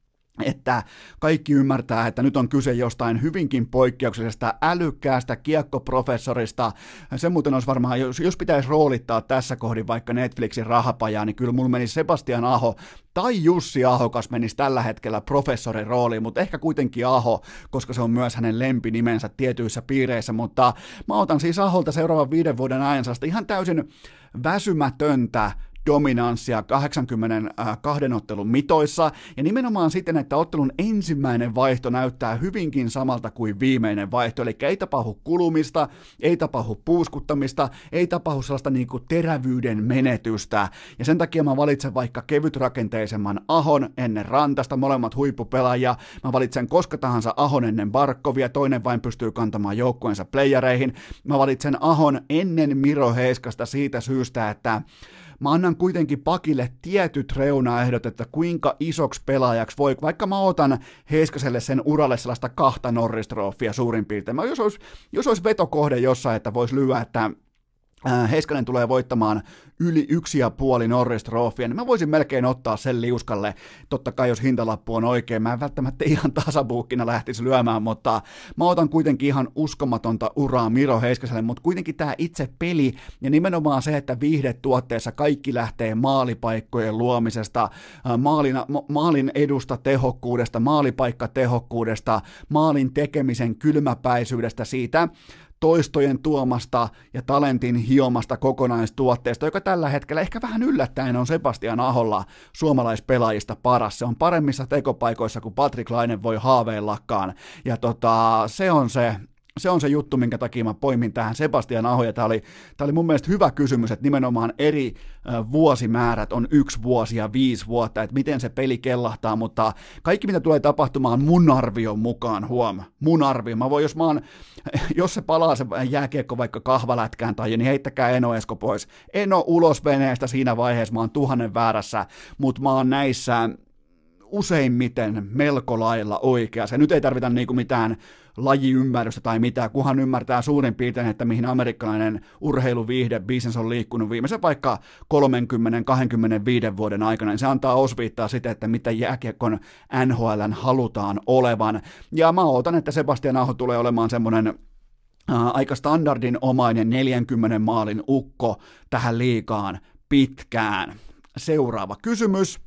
että kaikki ymmärtää, että nyt on kyse jostain hyvinkin poikkeuksellisesta, älykkäästä kiekkoprofessorista. Se muuten olisi varmaan, jos pitäisi roolittaa tässä kohdin vaikka Netflixin rahapajaa, niin kyllä mulla menisi Sebastian Aho tai Jussi Ahokas menisi tällä hetkellä professorin rooliin, mutta ehkä kuitenkin Aho, koska se on myös hänen lempinimensä tietyissä piireissä, mutta mä otan siis Aholta seuraavan 5 vuoden ajan sellaista ihan täysin väsymätöntä dominanssia 82 ottelun mitoissa, ja nimenomaan siten, että ottelun ensimmäinen vaihto näyttää hyvinkin samalta kuin viimeinen vaihto, eli ei tapahdu kulumista, ei tapahdu puuskuttamista, ei tapahdu sellaista niin kuin terävyyden menetystä, ja sen takia mä valitsen vaikka kevytrakenteisemman Ahon ennen Rantasta, molemmat huippupelaajia, mä valitsen koska tahansa Ahon ennen Barkovia, toinen vain pystyy kantamaan joukkueensa playereihin, mä valitsen Ahon ennen Miro Heiskasta siitä syystä, että mä annan kuitenkin pakille tietyt reunaehdot, että kuinka isoksi pelaajaksi voi, vaikka mä otan Heiskaselle sen uralle sellaista 2 Norris-trofia suurin piirtein. Jos olisi vetokohde jossain, että voisi lyödä, että Heiskanen tulee voittamaan yli 1,5 Norris Trophya, niin mä voisin melkein ottaa sen liuskalle, totta kai jos hintalappu on oikein, mä en välttämättä ihan tasabuukkina lähtisi lyömään, mutta mä otan kuitenkin ihan uskomatonta uraa Miro Heiskaselle, mutta kuitenkin tämä itse peli, ja nimenomaan se, että viihdetuotteessa kaikki lähtee maalipaikkojen luomisesta, maalin edusta, tehokkuudesta, maalipaikkatehokkuudesta, maalin tekemisen kylmäpäisyydestä, siitä toistojen tuomasta ja talentin hiomasta kokonaistuotteesta, joka tällä hetkellä ehkä vähän yllättäen on Sebastian Aholla suomalaispelaajista paras. Se on paremmissa tekopaikoissa kuin Patrik Laine voi haaveillakaan, ja se on se juttu, minkä takia mä poimin tähän Sebastian Aho, ja tämä oli mun mielestä hyvä kysymys, että nimenomaan eri vuosimäärät on 1 vuosi ja 5 vuotta, että miten se peli kellahtaa, mutta kaikki mitä tulee tapahtumaan mun arvion mukaan, mun arvio, jos se palaa se jääkiekko vaikka kahvalätkään tai niin heittäkää Eno Esko pois, Eno ulos veneestä siinä vaiheessa, mä oon 1000 väärässä, mutta mä oon näissä useimmiten melko lailla oikeassa. Nyt ei tarvita niinku mitään lajiymmärrystä tai mitään, kunhan ymmärtää suurin piirtein, että mihin amerikkalainen urheiluviihde, business on liikkunut viimeisen vaikka 30-25 vuoden aikana, niin se antaa osviittaa sitä, että mitä jääkiekon NHL:n halutaan olevan. Ja mä ootan, että Sebastian Aho tulee olemaan semmoinen aika standardinomainen 40 maalin ukko tähän liigaan pitkään. Seuraava kysymys.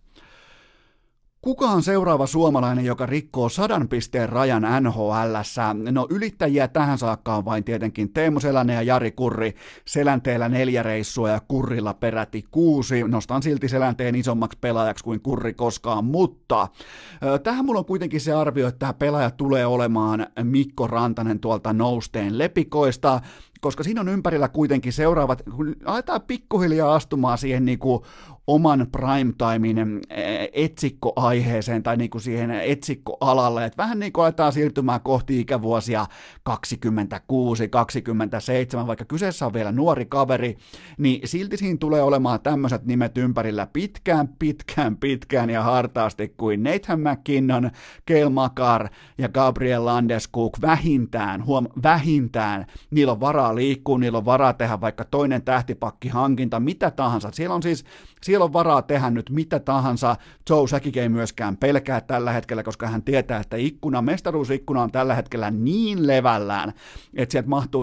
Kuka on seuraava suomalainen, joka rikkoo 100 pisteen rajan NHL:ssä? No ylittäjiä tähän saakka on vain tietenkin Teemu Selänne ja Jari Kurri. Selänteellä 4 reissua ja Kurrilla peräti 6. Nostan silti Selänteen isommaksi pelaajaksi kuin Kurri koskaan, mutta tähän mulla on kuitenkin se arvio, että tämä pelaaja tulee olemaan Mikko Rantanen tuolta nousteen lepikoista, koska siinä on ympärillä kuitenkin seuraavat, kun aletaan pikkuhiljaa astumaan siihen niinku oman primetimein etsikkoaiheeseen tai niinku siihen etsikkoalalle, että vähän niin kuin aletaan siirtymään kohti ikävuosia 26, 27, vaikka kyseessä on vielä nuori kaveri, niin silti siinä tulee olemaan tämmöiset nimet ympärillä pitkään ja hartaasti kuin Nathan McKinnon, Cale Makar ja Gabriel Landeskog vähintään, niillä on varaa liikkua, niillä on varaa tehdä vaikka toinen tähtipakkihankinta, mitä tahansa, siellä on varaa tehdä nyt mitä tahansa. Joe Sakic ei myöskään pelkää tällä hetkellä, koska hän tietää, että mestaruusikkuna on tällä hetkellä niin levällään, että sieltä mahtuu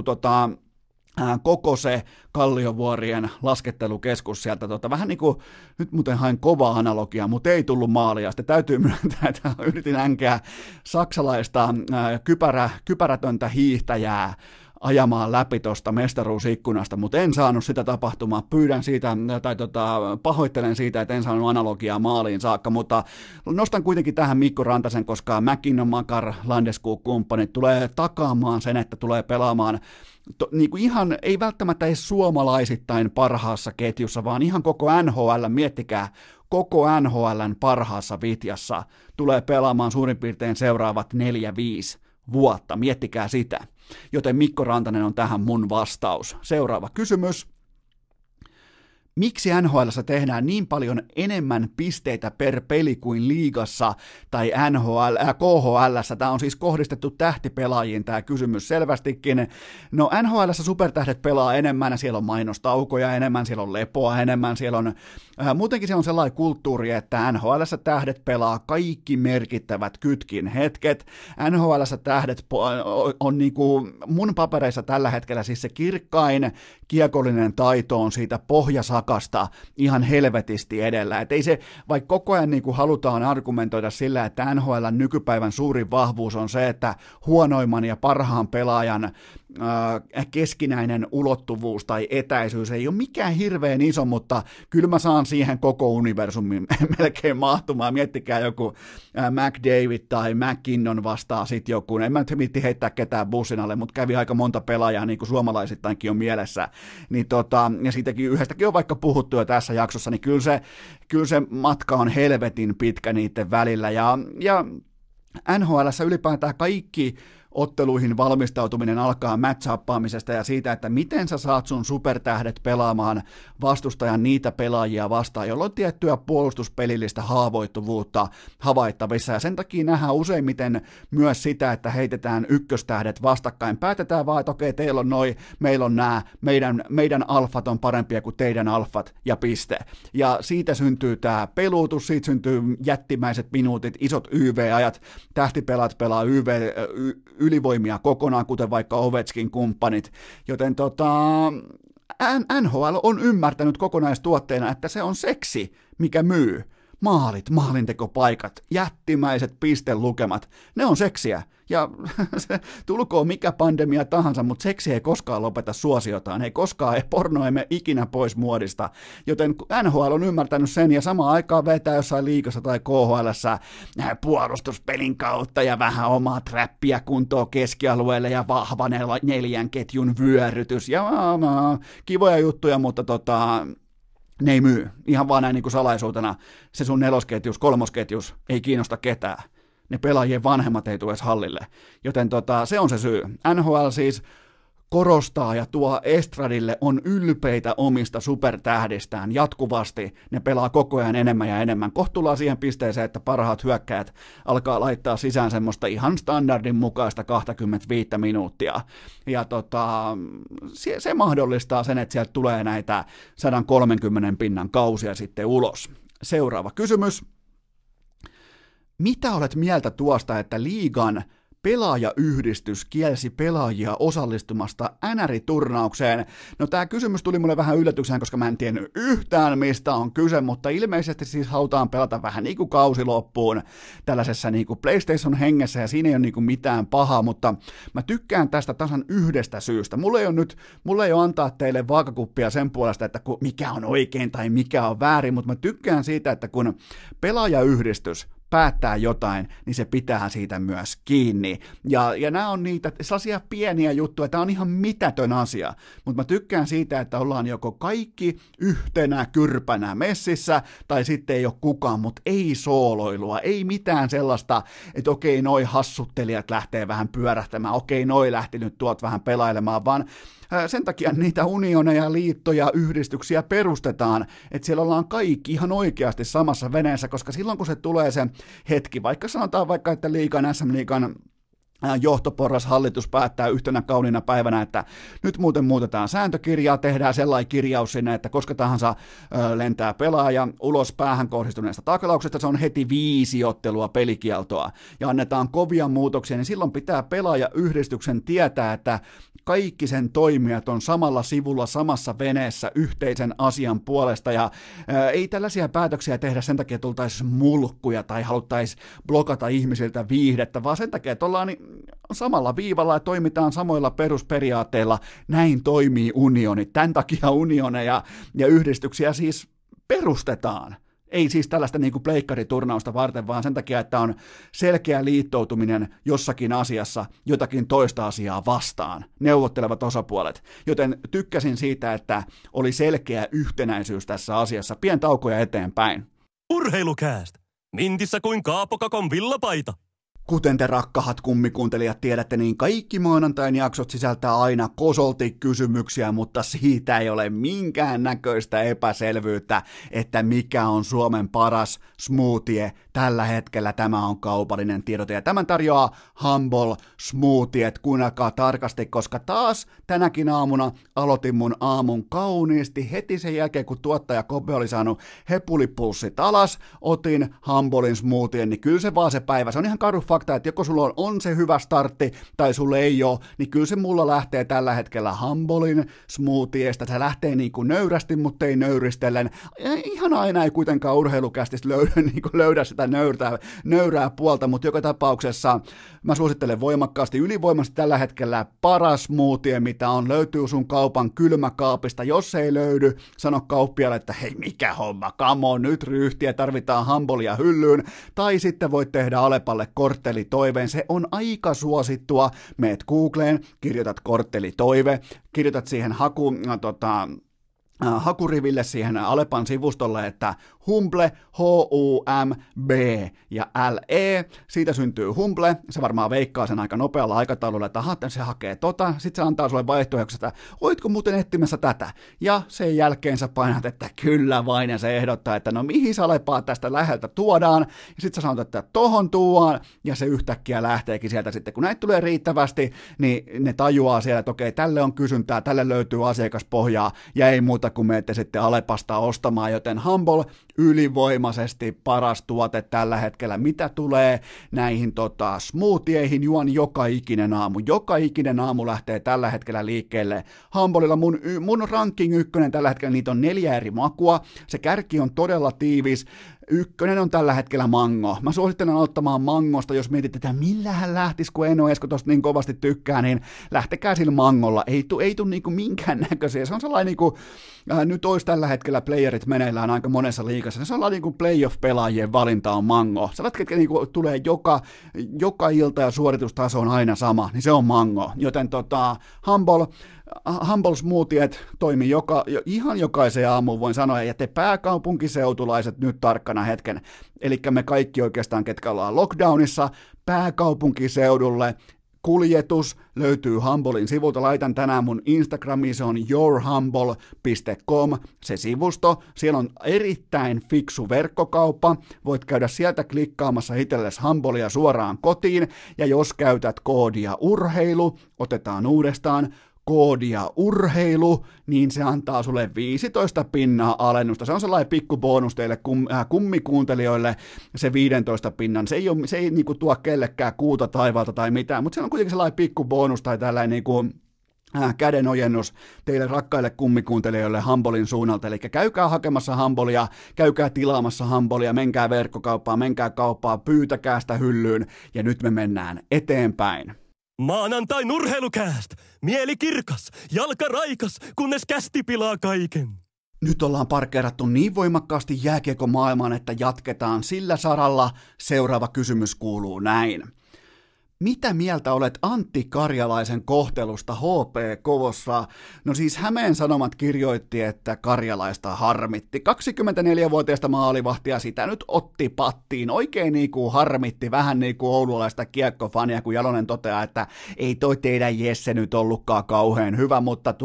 koko se Kalliovuorien laskettelukeskus sieltä, vähän niin kuin, nyt muuten hain kovaa analogiaa, mutta ei tullut maalia, sitten täytyy myöntää, että yritin änkeä saksalaista kypärätöntä hiihtäjää ajamaan läpi tuosta mestaruusikkunasta, mutta en saanut sitä tapahtumaan. Pyydän siitä, tai pahoittelen siitä, että en saanut analogiaa maaliin saakka, mutta nostan kuitenkin tähän Mikko Rantasen, koska McKinnon, Makar, Landeskog-kumppanit tulee takaamaan sen, että tulee pelaamaan niin kuin ihan, ei välttämättä edes suomalaisittain parhaassa ketjussa, vaan ihan koko NHL, miettikää, koko NHLn parhaassa vitjassa tulee pelaamaan suurin piirtein seuraavat 4-5 vuotta, miettikää sitä. Joten Mikko Rantanen on tähän mun vastaus. Seuraava kysymys. Miksi NHL:ssä tehdään niin paljon enemmän pisteitä per peli kuin liigassa tai KHL:ssä? Tämä on siis kohdistettu tähtipelaajiin tämä kysymys selvästikin. No NHL:ssä supertähdet pelaa enemmän, siellä on mainostaukoja enemmän, siellä on lepoa enemmän, siellä on muutenkin se on sellainen kulttuuri, että NHL:ssä tähdet pelaa kaikki merkittävät kytkin hetket. NHL:ssä tähdet on niinku mun papereissa tällä hetkellä siis se kirkkain kiekollinen taito on siitä pohjasakasta ihan helvetisti edellä. Et ei se, vaikka koko ajan niin kuin halutaan argumentoida sillä, että NHL:n nykypäivän suurin vahvuus on se, että huonoimman ja parhaan pelaajan keskinäinen ulottuvuus tai etäisyys ei ole mikään hirveän iso, mutta kyllä mä saan siihen koko universumin melkein mahtumaan. Miettikää joku McDavid tai McKinnon vastaa sitten joku, en mä nyt mitti heittää ketään bussin alle, mutta kävi aika monta pelaajaa, niin kuin suomalaisittainkin on mielessä, niin ja siitäkin yhdestäkin on vaikka puhuttu jo tässä jaksossa, niin kyllä se matka on helvetin pitkä niiden välillä, ja NHL:ssä ylipäätään kaikki otteluihin valmistautuminen alkaa match-appaamisesta ja siitä, että miten sä saat sun supertähdet pelaamaan vastustajan niitä pelaajia vastaan, jolla on tiettyä puolustuspelillistä haavoittuvuutta havaittavissa, ja sen takia nähdään useimmiten myös sitä, että heitetään ykköstähdet vastakkain. Päätetään vaan, että okei, teillä on noi, meillä on nämä, meidän alfat on parempia kuin teidän alfat, ja piste. Ja siitä syntyy tämä peluutus, siitä syntyy jättimäiset minuutit, isot YV-ajat, tähtipelaat pelaa ylivoimia kokonaan, kuten vaikka Ovechkin kumppanit, joten NHL on ymmärtänyt kokonaistuotteena, että se on seksi, mikä myy. Maalit, maalintekopaikat, jättimäiset pistelukemat, ne on seksiä. Ja se tulkoon mikä pandemia tahansa, mutta seksi ei koskaan lopeta suosiotaan, porno ei mene ikinä pois muodista. Joten NHL on ymmärtänyt sen ja samaan aikaan vetää jossain liigassa tai KHL:ssä puolustuspelin kautta ja vähän omaa trappia kuntoon keskialueelle ja vahva 4 ketjun vyörytys ja kivoja juttuja, mutta ne ei myy. Ihan vaan näin niin kuin salaisuutena. Se sun 4. ketjus, 3. ketjus ei kiinnosta ketään. Ne pelaajien vanhemmat ei tule edes hallille. Joten se on se syy. NHL siis korostaa ja tuo estradille, on ylpeitä omista supertähdistään jatkuvasti. Ne pelaa koko ajan enemmän ja enemmän. Kohtuullaan siihen pisteeseen, että parhaat hyökkäät alkaa laittaa sisään semmoista ihan standardin mukaista 25 minuuttia. Ja se mahdollistaa sen, että sieltä tulee näitä 130 pinnan kausia sitten ulos. Seuraava kysymys. Mitä olet mieltä tuosta, että liigan pelaajayhdistys kielsi pelaajia osallistumasta NR-turnaukseen? No tämä kysymys tuli mulle vähän yllätyksenä, koska mä en tiennyt yhtään mistä on kyse, mutta ilmeisesti siis halutaan pelata vähän niin kuin kausi loppuun tällaisessa niin kuin PlayStation-hengessä ja siinä ei ole niin kuin mitään pahaa, mutta mä tykkään tästä tasan yhdestä syystä. Mulla ei ole antaa teille vaakakuppia sen puolesta, että mikä on oikein tai mikä on väärin, mutta mä tykkään siitä, että kun pelaajayhdistys päättää jotain, niin se pitää siitä myös kiinni. Ja nämä on niitä sellaisia pieniä juttuja, tämä on ihan mitätön asia, mutta mä tykkään siitä, että ollaan joko kaikki yhtenä kyrpänä messissä, tai sitten ei ole kukaan, mutta ei sooloilua, ei mitään sellaista, että okei, noi hassuttelijat lähtee vähän pyörähtämään, okei, noi lähti nyt tuolta vähän pelailemaan, vaan sen takia niitä unioneja, liittoja, yhdistyksiä perustetaan, että siellä ollaan kaikki ihan oikeasti samassa veneessä, koska silloin kun se tulee se hetki, vaikka sanotaan vaikka, että SM-liigan johtoporras hallitus päättää yhtenä kauniina päivänä, että nyt muuten muutetaan sääntökirjaa, tehdään sellainen kirjaus sinne, että koska tahansa lentää pelaaja ulos päähän kohdistuneesta taklauksesta, se on heti 5 ottelua pelikieltoa ja annetaan kovia muutoksia, niin silloin pitää pelaajayhdistyksen tietää, että kaikki sen toimijat on samalla sivulla, samassa veneessä yhteisen asian puolesta ja ei tällaisia päätöksiä tehdä sen takia, että oltaisiin mulkkuja tai haluttaisiin blokata ihmisiltä viihdettä, vaan sen takia, että ollaan samalla viivalla ja toimitaan samoilla perusperiaatteilla. Näin toimii unioni. Tämän takia unioneja ja yhdistyksiä siis perustetaan. Ei siis tällaista niin kuin pleikkariturnausta varten, vaan sen takia, että on selkeä liittoutuminen jossakin asiassa jotakin toista asiaa vastaan, neuvottelevat osapuolet. Joten tykkäsin siitä, että oli selkeä yhtenäisyys tässä asiassa. Pientaukoja eteenpäin. Urheilukääst! Mintissä kuin Kaapokakon villapaita. Kuten te rakkahat kummikuuntelijat tiedätte, niin kaikki maanantain jaksot sisältää aina kosolti-kysymyksiä, mutta siitä ei ole minkään näköistä epäselvyyttä, että mikä on Suomen paras smoothie. Tällä hetkellä tämä on kaupallinen tiedote ja tämän tarjoaa Humble Smoothiet. Kuunnelkaa tarkasti, koska taas tänäkin aamuna aloitin mun aamun kauniisti. Heti sen jälkeen, kun tuottaja Kope oli saanut hepulipulssit alas, otin Humblein smoothien, niin kyllä se vaan se päivä. Se on ihan karu fakta, että joko sulla on se hyvä startti tai sulle ei ole, niin kyllä se mulla lähtee tällä hetkellä Humblein smoothiestä. Se lähtee niin kuin nöyrästi, mutta ei nöyristellen. Ihan aina ei kuitenkaan urheilukästistä löydä sitä nöyrää puolta, mutta joka tapauksessa mä suosittelen voimakkaasti ylivoimasti tällä hetkellä paras smoothie, mitä on, löytyy sun kaupan kylmäkaapista. Jos ei löydy, sano kauppialle, että hei mikä homma, come on, nyt ryhtiä, tarvitaan Humblea hyllyyn, tai sitten voit tehdä Alepalle korttelitoiveen, se on aika suosittua, meet Googleen, kirjoitat korttelitoive, kirjoitat siihen hakuriville siihen Alepan sivustolle, että Humble, H-U-M-B ja L-E, siitä syntyy Humble, se varmaan veikkaa sen aika nopealla aikataululla, että se hakee sitten se antaa sulle vaihtoehdoksi, että oitko muuten etsimässä tätä, ja sen jälkeen sä painat, että kyllä vain, ja se ehdottaa, että no mihin salepaa tästä läheltä tuodaan, ja sitten sä sanot, että tohon tuodaan, ja se yhtäkkiä lähteekin sieltä sitten, kun näitä tulee riittävästi, niin ne tajuaa siellä, että okei, tälle on kysyntää, tälle löytyy asiakaspohjaa, ja ei muuta kuin menette sitten Alepasta ostamaan, joten Humble ylivoimaisesti paras tuote tällä hetkellä, mitä tulee näihin smoothieihin, juon joka ikinen aamu lähtee tällä hetkellä liikkeelle. Humblella mun ranking 1 tällä hetkellä, niitä on 4 eri makua, se kärki on todella tiivis, 1 on tällä hetkellä mango. Mä suosittelen aloittamaan mangosta, jos mietit, että millähän lähtisi, kun Eno Esko tosta niin kovasti tykkää, niin lähtekää sillä mangolla. Ei tule niinku minkäännäköisiä. Se on sellainen, niinku, nyt olisi tällä hetkellä playerit meneillään aika monessa liigassa. Se on sellainen niinku playoff-pelaajien valinta on mango. Sellaiset, ketkä niinku tulee joka ilta ja suoritustaso on aina sama, niin se on mango. Joten Humble Smoothiet toimii ihan jokaisen aamuun, voin sanoa, ja te pääkaupunkiseutulaiset nyt tarkkana hetken, eli me kaikki oikeastaan, ketkä ollaan lockdownissa, pääkaupunkiseudulle, kuljetus löytyy Humblein sivulta, laitan tänään mun Instagramiin, se on yourhumble.com, se sivusto, siellä on erittäin fiksu verkkokauppa, voit käydä sieltä klikkaamassa itsellesi Humblea suoraan kotiin, ja jos käytät koodia urheilu, otetaan uudestaan, koodia urheilu, niin se antaa sulle 15% alennusta. Se on sellainen pikku bonus teille kummikuuntelijoille, se 15%. Se ei niinku tuo kellekään kuuta taivaalta tai mitään, mutta se on kuitenkin sellainen pikku bonus tai tällainen niinku kädenojennus teille rakkaille kummikuuntelijoille Humblein suunnalta, eli käykää hakemassa Humblea, käykää tilaamassa Humblea, menkää verkkokauppaan, menkää kauppaan, pyytäkää sitä hyllyyn, ja nyt me mennään eteenpäin. Maanantain urheilukääst! Mieli kirkas, jalka raikas, kunnes kästi pilaa kaiken. Nyt ollaan parkeerattu niin voimakkaasti jääkiekkomaailmaan, että jatketaan sillä saralla. Seuraava kysymys kuuluu näin. Mitä mieltä olet Antti Karjalaisen kohtelusta HPK:ssa? No siis Hämeen Sanomat kirjoitti, että Karjalaista harmitti. 24-vuotiaista maalivahtia sitä nyt otti pattiin. Oikein niinku harmitti, vähän niinku oululaista kiekkofania, kun Jalonen toteaa, että ei toi teidän Jesse nyt ollutkaan kauhean hyvä, mutta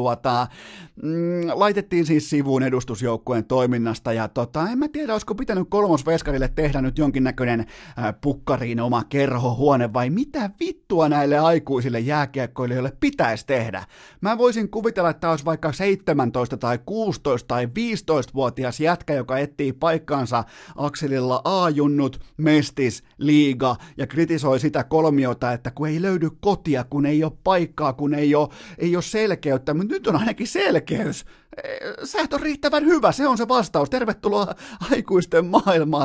laitettiin siis sivuun edustusjoukkueen toiminnasta, ja en mä tiedä, olisiko pitänyt kolmosveskarille tehdä nyt jonkinnäköinen pukkariin oma kerhohuone, vai mitä vittua näille aikuisille jääkiekkoilijoille pitäisi tehdä. Mä voisin kuvitella, että olisi vaikka 17 tai 16 tai 15-vuotias jätkä, joka etsii paikkaansa akselilla A-junnut, mestis, liiga ja kritisoi sitä kolmiota, että kun ei löydy kotia, kun ei ole paikkaa, kun ei ole selkeyttä, mutta nyt on ainakin selkeys. Sä et ole riittävän hyvä, se on se vastaus. Tervetuloa aikuisten maailmaan.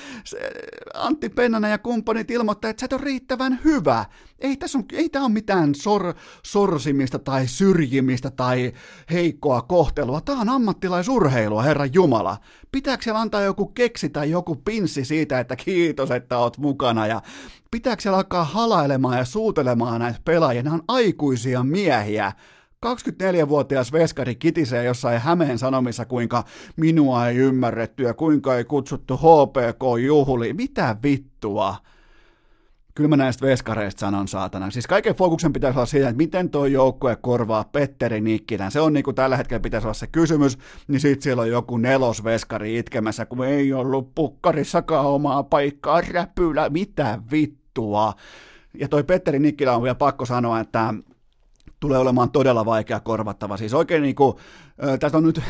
Antti Pennanen ja kumppanit ilmoittaa, että sä et ole riittävän hyvä. Ei tää ole mitään sorsimista tai syrjimistä tai heikkoa kohtelua. Tää on ammattilaisurheilua, Herran Jumala. Pitääkö siellä antaa joku keksi tai joku pinssi siitä, että kiitos, että oot mukana, ja pitääkö siellä alkaa halailemaan ja suutelemaan näitä pelaajia? Nämä on aikuisia miehiä. 24-vuotias veskari kitisee jossain Hämeen Sanomissa, kuinka minua ei ymmärretty ja kuinka ei kutsuttu HPK-juhliin. Mitä vittua? Kyllä mä näistä veskareista sanon, saatana. Siis kaiken fokuksen pitäisi olla siitä, että miten tuo joukkue korvaa Petteri Nikkilän. Se on niin kuin tällä hetkellä pitäisi olla se kysymys, niin sit siellä on joku nelosveskari itkemässä, kun ei ollut pukkarissakaan omaa paikkaa, räpylä. Mitä vittua? Ja toi Petteri Nikkilä on vielä pakko sanoa, että tulee olemaan todella vaikea korvattava. Siis oikein niinku, tästä on nyt,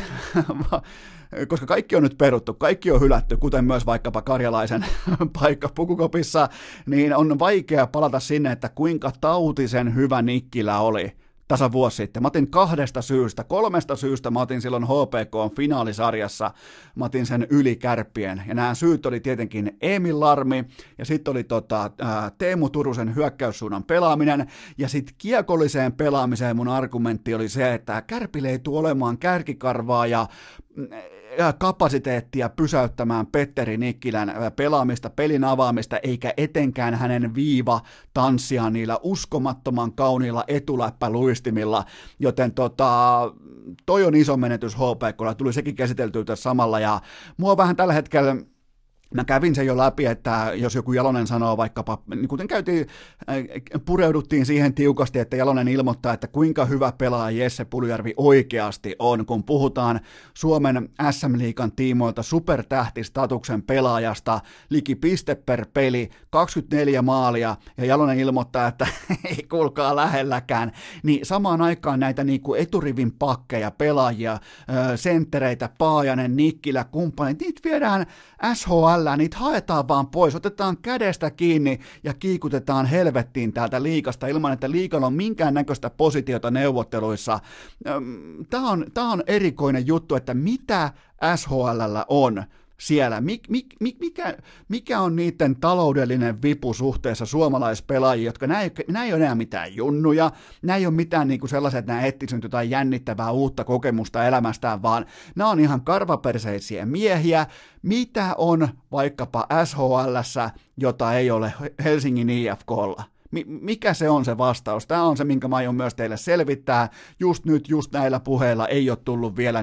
koska kaikki on nyt peruttu, kaikki on hylätty, kuten myös vaikkapa Karjalaisen paikka Pukukopissa, niin on vaikea palata sinne, että kuinka tautisen hyvä Nikkilä oli tasan vuosi sitten. Mä otin 3 syystä mä otin silloin HPK:n finaalisarjassa, mä otin sen yli Kärppien, ja nämä syyt oli tietenkin Emil Larmi, ja sitten oli Teemu Turusen hyökkäyssuunnan pelaaminen, ja sitten kiekolliseen pelaamiseen mun argumentti oli se, että Kärpille ei tule olemaan kärkikarvaa, ja kapasiteettia pysäyttämään Petteri Nikkilän pelaamista, pelin avaamista, eikä etenkään hänen tanssia niillä uskomattoman kauniilla etuläppäluistimilla, joten toi on iso menetys HPK:lla, tuli sekin käsiteltyä tässä samalla, ja mua vähän tällä hetkellä. Mä kävin sen jo läpi, että jos joku Jalonen sanoo vaikkapa, niin kuten pureuduttiin siihen tiukasti, että Jalonen ilmoittaa, että kuinka hyvä pelaaja Jesse Puljujärvi oikeasti on, kun puhutaan Suomen SM-liigan tiimoilta supertähtistatuksen pelaajasta, liki piste per peli, 24 maalia, ja Jalonen ilmoittaa, että ei kuulkaa lähelläkään, niin samaan aikaan näitä niinku eturivin pakkeja, pelaajia, senttereitä, Paajanen, Nikkilä, kumppanit, niitä viedään SHL, niitä haetaan vaan pois, otetaan kädestä kiinni ja kiikutetaan helvettiin täältä liigasta ilman, että liigalla on minkäännäköistä positiota neuvotteluissa. Tämä on erikoinen juttu, että mitä SHL:llä on siellä. Mikä on niiden taloudellinen vipu suhteessa suomalaispelaajiin, jotka nämä ei ole enää mitään junnuja, nämä ei ole mitään niin kuin sellaiset, että nämä etsivät jotain jännittävää uutta kokemusta elämästään, vaan nämä on ihan karvaperseisiä miehiä, mitä on vaikkapa SHL:ssä, jota ei ole Helsingin IFK:lla. Mikä se on se vastaus? Tämä on se, minkä mä aion myös teille selvittää. Just nyt, just näillä puheilla ei ole tullut vielä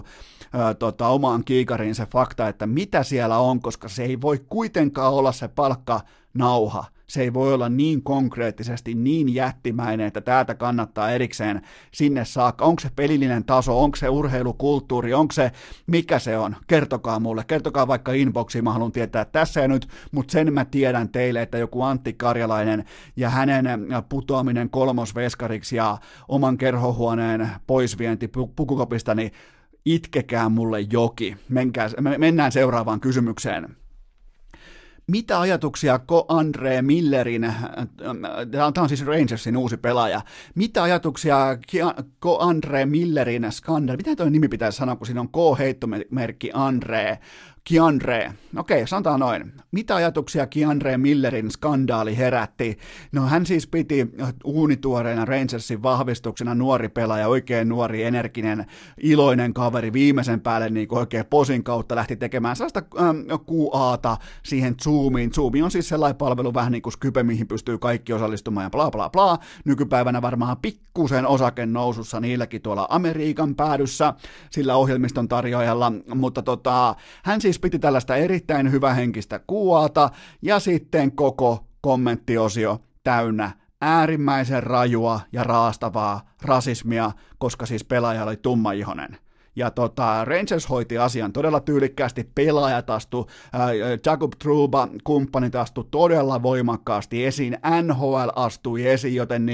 omaan kiikariin se fakta, että mitä siellä on, koska se ei voi kuitenkaan olla se palkkanauha. Se ei voi olla niin konkreettisesti, niin jättimäinen, että täältä kannattaa erikseen sinne saakka. Onko se pelillinen taso, onko se urheilukulttuuri, onko se, mikä se on? Kertokaa mulle, kertokaa vaikka inboxiin, mä haluan tietää tässä ja nyt, mutta sen mä tiedän teille, että joku Antti Karjalainen ja hänen putoaminen kolmosveskariksi ja oman kerhohuoneen poisvienti pukukopista, niin itkekää mulle joki. Mennään seuraavaan kysymykseen. Mitä ajatuksia Ko-Andre Millerin, tämä on siis Rangersin uusi pelaaja, mitä ajatuksia Ko-Andre Millerin skandaali, mitä tuo nimi pitäisi sanoa, kun siinä on K-heittomerkki Kiandre, okei, sanotaan noin. Mitä ajatuksia Kiandre Millerin skandaali herätti? No hän siis piti uunituoreena Rangersin vahvistuksena nuori pelaaja, oikein nuori, energinen, iloinen kaveri, viimeisen päälle niin kuin oikein posin kautta lähti tekemään sellaista QAta siihen Zoomiin. Zoomi on siis sellainen palvelu vähän niin kuin Skype, mihin pystyy kaikki osallistumaan ja bla bla bla. Nykypäivänä varmaan pikkusen osaken nousussa niilläkin tuolla Amerikan päädyssä sillä ohjelmiston tarjoajalla, mutta hän siis piti tällaista erittäin hyvähenkistä kuuata ja sitten koko kommenttiosio täynnä äärimmäisen rajua ja raastavaa rasismia, koska siis pelaaja oli tummaihoinen. Ja Rangers hoiti asian todella tyylikkäästi, pelaajat astu, Jacob Trouba, kumppanit astu todella voimakkaasti esiin, NHL astui esiin, joten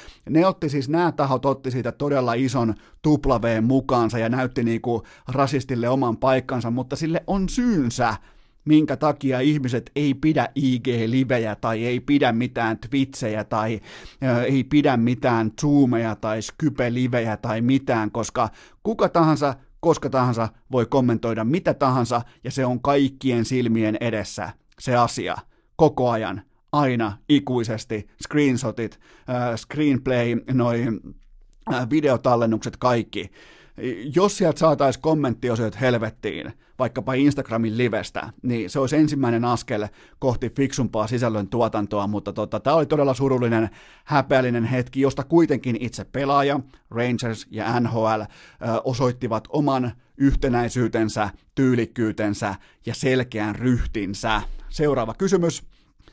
nämä tahot otti siitä todella ison tuplaveen mukaansa ja näytti rasistille oman paikkansa, mutta sille on syynsä, minkä takia ihmiset ei pidä IG-livejä tai ei pidä mitään Twitchejä tai ei pidä mitään Zoomeja tai Skype-livejä tai mitään, koska kuka tahansa, koska tahansa voi kommentoida mitä tahansa ja se on kaikkien silmien edessä se asia koko ajan, aina, ikuisesti, screenshotit, screenplay, videotallennukset, kaikki. Jos sieltä saataisiin kommenttiosiot helvettiin, vaikkapa Instagramin livestä, niin se olisi ensimmäinen askel kohti fiksumpaa sisällön tuotantoa, mutta tämä oli todella surullinen, häpeällinen hetki, josta kuitenkin itse pelaaja, Rangers ja NHL osoittivat oman yhtenäisyytensä, tyylikkyytensä ja selkeän ryhtinsä. Seuraava kysymys.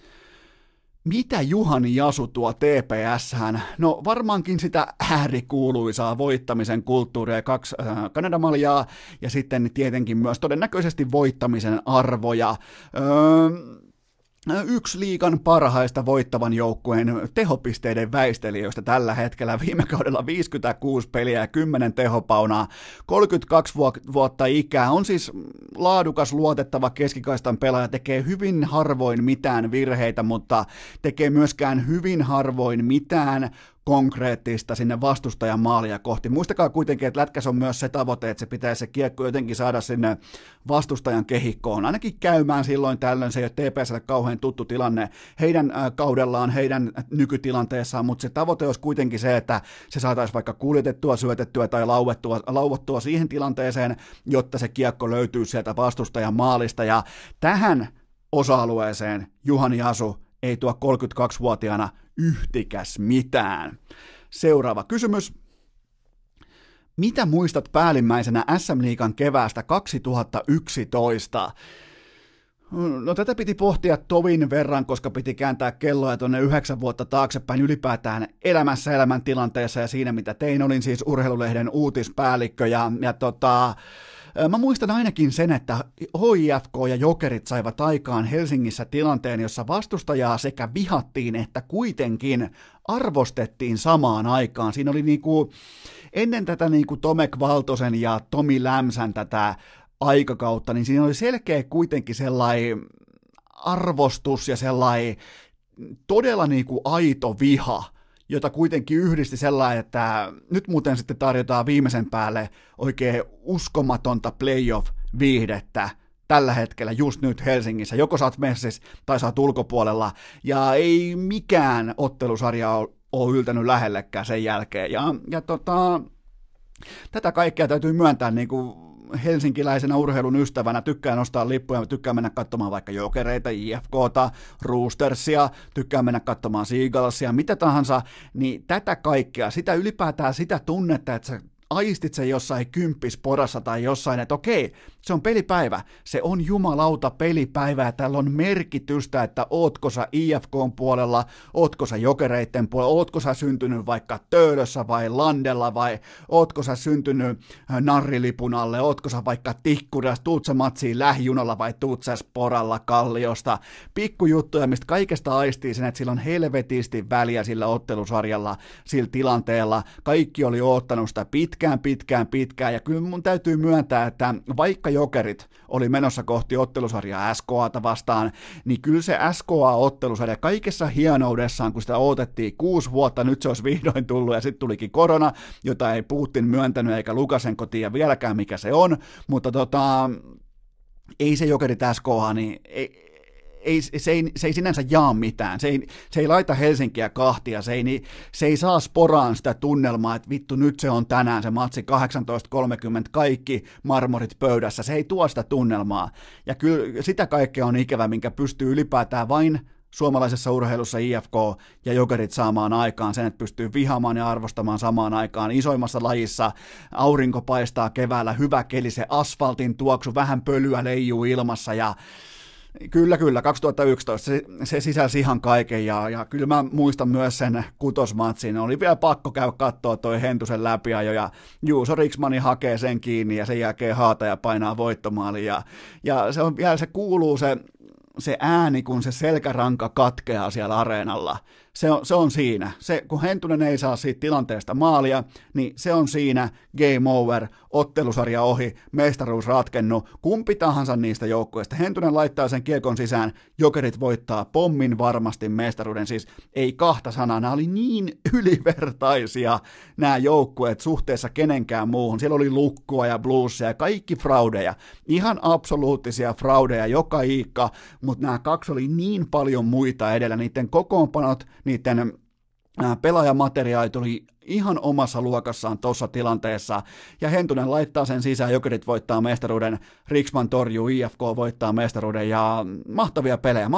Mitä Juhani Jasu tuo TPS:hän? No varmaankin sitä äärikuuluisaa voittamisen kulttuuria, 2 Kanadamaljaa ja sitten tietenkin myös todennäköisesti voittamisen arvoja. Yksi liigan parhaista voittavan joukkueen tehopisteiden väistelijöistä tällä hetkellä, viime kaudella 56 peliä ja 10 tehopaunaa, 32 vuotta ikää, on siis laadukas, luotettava keskikaistan pelaaja, tekee hyvin harvoin mitään virheitä, mutta tekee myöskään hyvin harvoin mitään konkreettista sinne vastustajan maalia kohti. Muistakaa kuitenkin, että lätkäs on myös se tavoite, että se pitäisi se kiekko jotenkin saada sinne vastustajan kehikkoon. Ainakin käymään silloin tällöin, se ei ole TPS:lle kauhean tuttu tilanne heidän kaudellaan, heidän nykytilanteessaan, mutta se tavoite olisi kuitenkin se, että se saataisiin vaikka kuljetettua, syötettyä tai lauvattua siihen tilanteeseen, jotta se kiekko löytyy sieltä vastustajan maalista, ja tähän osa-alueeseen Juhani Asu ei tuo 32-vuotiaana yhtikäs mitään. Seuraava kysymys. Mitä muistat päällimmäisenä SM-liigan keväästä 2011? No tätä piti pohtia tovin verran, koska piti kääntää kelloa tuonne 9 vuotta taaksepäin ylipäätään elämäntilanteessa ja siinä mitä tein. Olin siis Urheilulehden uutispäällikkö ja mä muistan ainakin sen, että HIFK ja Jokerit saivat aikaan Helsingissä tilanteen, jossa vastustajaa sekä vihattiin että kuitenkin arvostettiin samaan aikaan. Siinä oli ennen tätä Tomek Valtosen ja Tomi Lämsän tätä aikakautta, niin siinä oli selkeä kuitenkin sellainen arvostus ja sellainen todella aito viha, jota kuitenkin yhdisti sellainen, että nyt muuten sitten tarjotaan viimeisen päälle oikein uskomatonta playoff-viihdettä tällä hetkellä just nyt Helsingissä. Joko sä oot messissä tai sä oot ulkopuolella, ja ei mikään ottelusarja ole yltänyt lähellekään sen jälkeen. Tätä kaikkea täytyy myöntää helsinkiläisenä urheilun ystävänä, tykkään nostaa lippuja, tykkään mennä katsomaan vaikka Jokereita, IFKta, Roostersia, tykkään mennä katsomaan Seagullsia, mitä tahansa, niin tätä kaikkea, sitä ylipäätään sitä tunnetta, että sä aistit sen jossain kymppisporassa tai jossain, että okei, se on pelipäivä, se on jumalauta pelipäivä ja tällä on merkitystä, että ootko sä IFK:n puolella, ootko sä Jokereitten puolella, ootko sä syntynyt vaikka Töölössä vai Landella vai ootko sä syntynyt narrilipun alle, ootko sä vaikka Tikkurassa, tuut sä matsiin lähijunalla vai tuut sä sporalla Kalliosta, pikkujuttuja, mistä kaikesta aistii sen, että sillä on helvetisti väliä sillä ottelusarjalla, sillä tilanteella, kaikki oli oottanut sitä pitkään, ja kyllä mun täytyy myöntää, että vaikka Jokerit oli menossa kohti ottelusarjaa SKAta vastaan, niin kyllä se SKA-ottelusarja kaikessa hienoudessaan, kun sitä odotettiin 6 vuotta, nyt se olisi vihdoin tullut, ja sitten tulikin korona, jota ei Putin myöntänyt, eikä Lukasenko tiedä vieläkään, mikä se on, mutta ei se Jokerit SKA, niin se ei sinänsä jaa mitään, se ei laita Helsinkiä kahtia, se ei saa sporaan sitä tunnelmaa, että vittu nyt se on tänään se matsi 18.30, kaikki marmorit pöydässä, se ei tuo sitä tunnelmaa, ja kyllä sitä kaikkea on ikävä, minkä pystyy ylipäätään vain suomalaisessa urheilussa IFK ja Jokerit saamaan aikaan sen, että pystyy vihaamaan ja arvostamaan samaan aikaan isoimmassa lajissa, aurinko paistaa keväällä, hyvä keli, se asfaltin tuoksu, vähän pölyä leijuu ilmassa ja Kyllä, 2011 se sisälsi ihan kaiken ja kyllä mä muistan myös sen kutosmatsin, oli vielä pakko käydä katsoa toi Hentusen läpiajo ja Juuso Riksmani hakee sen kiinni ja sen jälkeen Haataja painaa voittomaali ja se on vielä, se kuuluu se ääni, kun se selkäranka katkeaa siellä areenalla. Se on siinä. Kun Hentunen ei saa siitä tilanteesta maalia, niin se on siinä, game over, ottelusarja ohi, mestaruus ratkennut, kumpi tahansa niistä joukkueista. Hentunen laittaa sen kiekon sisään, Jokerit voittaa pommin varmasti mestaruuden, siis ei kahta sanaa, nämä oli niin ylivertaisia nämä joukkueet suhteessa kenenkään muuhun. Siellä oli Lukkua ja Bluesia ja kaikki fraudeja, ihan absoluuttisia fraudeja joka iikka, mutta nämä kaksi oli niin paljon muita edellä, niiden kokoonpanot, niiden pelaajamateriaalit oli ihan omassa luokassaan tuossa tilanteessa, ja Hentunen laittaa sen sisään, Jokerit voittaa mestaruuden, Riksman torjuu, IFK voittaa mestaruuden, ja mahtavia pelejä,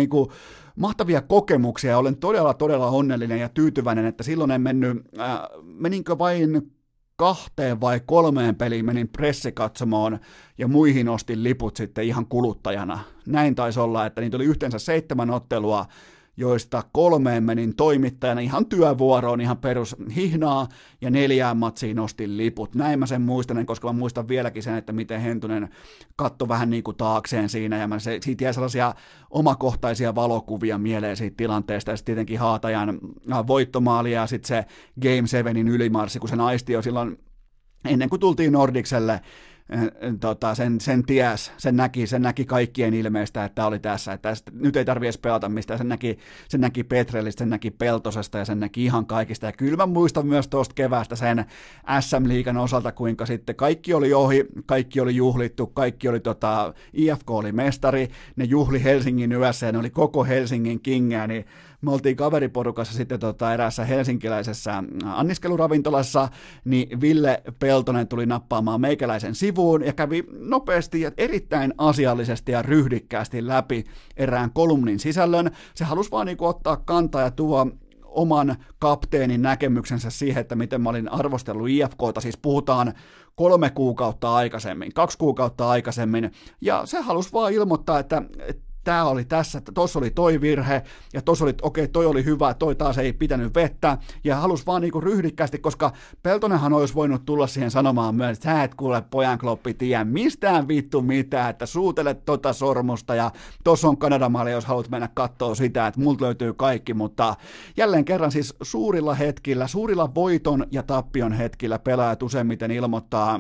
mahtavia kokemuksia, ja olen todella onnellinen ja tyytyväinen, että silloin en meninkö vain 2 vai 3 peliin menin pressikatsomoon ja muihin ostin liput sitten ihan kuluttajana. Näin taisi olla, että niitä oli yhteensä 7 ottelua, joista 3 menin toimittajana ihan työvuoroon, ihan perus hihnaa, ja 4 matsiin ostin liput. Näin mä sen muistan, koska mä muistan vieläkin sen, että miten Hentunen katsoi vähän niin kuin taakseen siinä, ja siitä jäi sellaisia omakohtaisia valokuvia mieleen siitä tilanteesta, ja sitten tietenkin Haatajan voittomaali, ja sitten se Game 7 ylimarssi, kun se aisti jo silloin, ennen kuin tultiin Nordicselle, sen näki kaikkien ilmeistä, että oli tässä, että nyt ei tarvitse edes pelata mistään, sen näki Petrellistä, sen näki Peltosesta ja sen näki ihan kaikista, ja kyllä mä muistan myös tuosta keväästä sen SM-liigan osalta, kuinka sitten kaikki oli ohi, kaikki oli juhlittu, kaikki oli IFK oli mestari, ne juhli Helsingin yössä ja ne oli koko Helsingin kingää, niin me oltiin kaveriporukassa sitten eräässä helsinkiläisessä anniskeluravintolassa, niin Ville Peltonen tuli nappaamaan meikäläisen sivuun ja kävi nopeasti ja erittäin asiallisesti ja ryhdikkäästi läpi erään kolumnin sisällön. Se halusi vaan ottaa kantaa ja tuo oman kapteenin näkemyksensä siihen, että miten mä olin arvostellut IFKta, siis puhutaan 3 kuukautta aikaisemmin, 2 kuukautta aikaisemmin, ja se halusi vaan ilmoittaa, että tämä oli tässä, että tuossa oli toi virhe, ja tuossa oli, okei, toi oli hyvä, toi taas ei pitänyt vettä, ja halusi vaan ryhdikkäästi, koska Peltonenhan olisi voinut tulla siihen sanomaan myös, että sä et kuule pojankloppi tiedä mistään vittu mitään, että suutelet sormusta, ja tuossa on Kanadamaali, jos haluat mennä katsoa sitä, että multa löytyy kaikki, mutta jälleen kerran siis suurilla hetkillä, suurilla voiton ja tappion hetkillä pelaajat useimmiten ilmoittaa,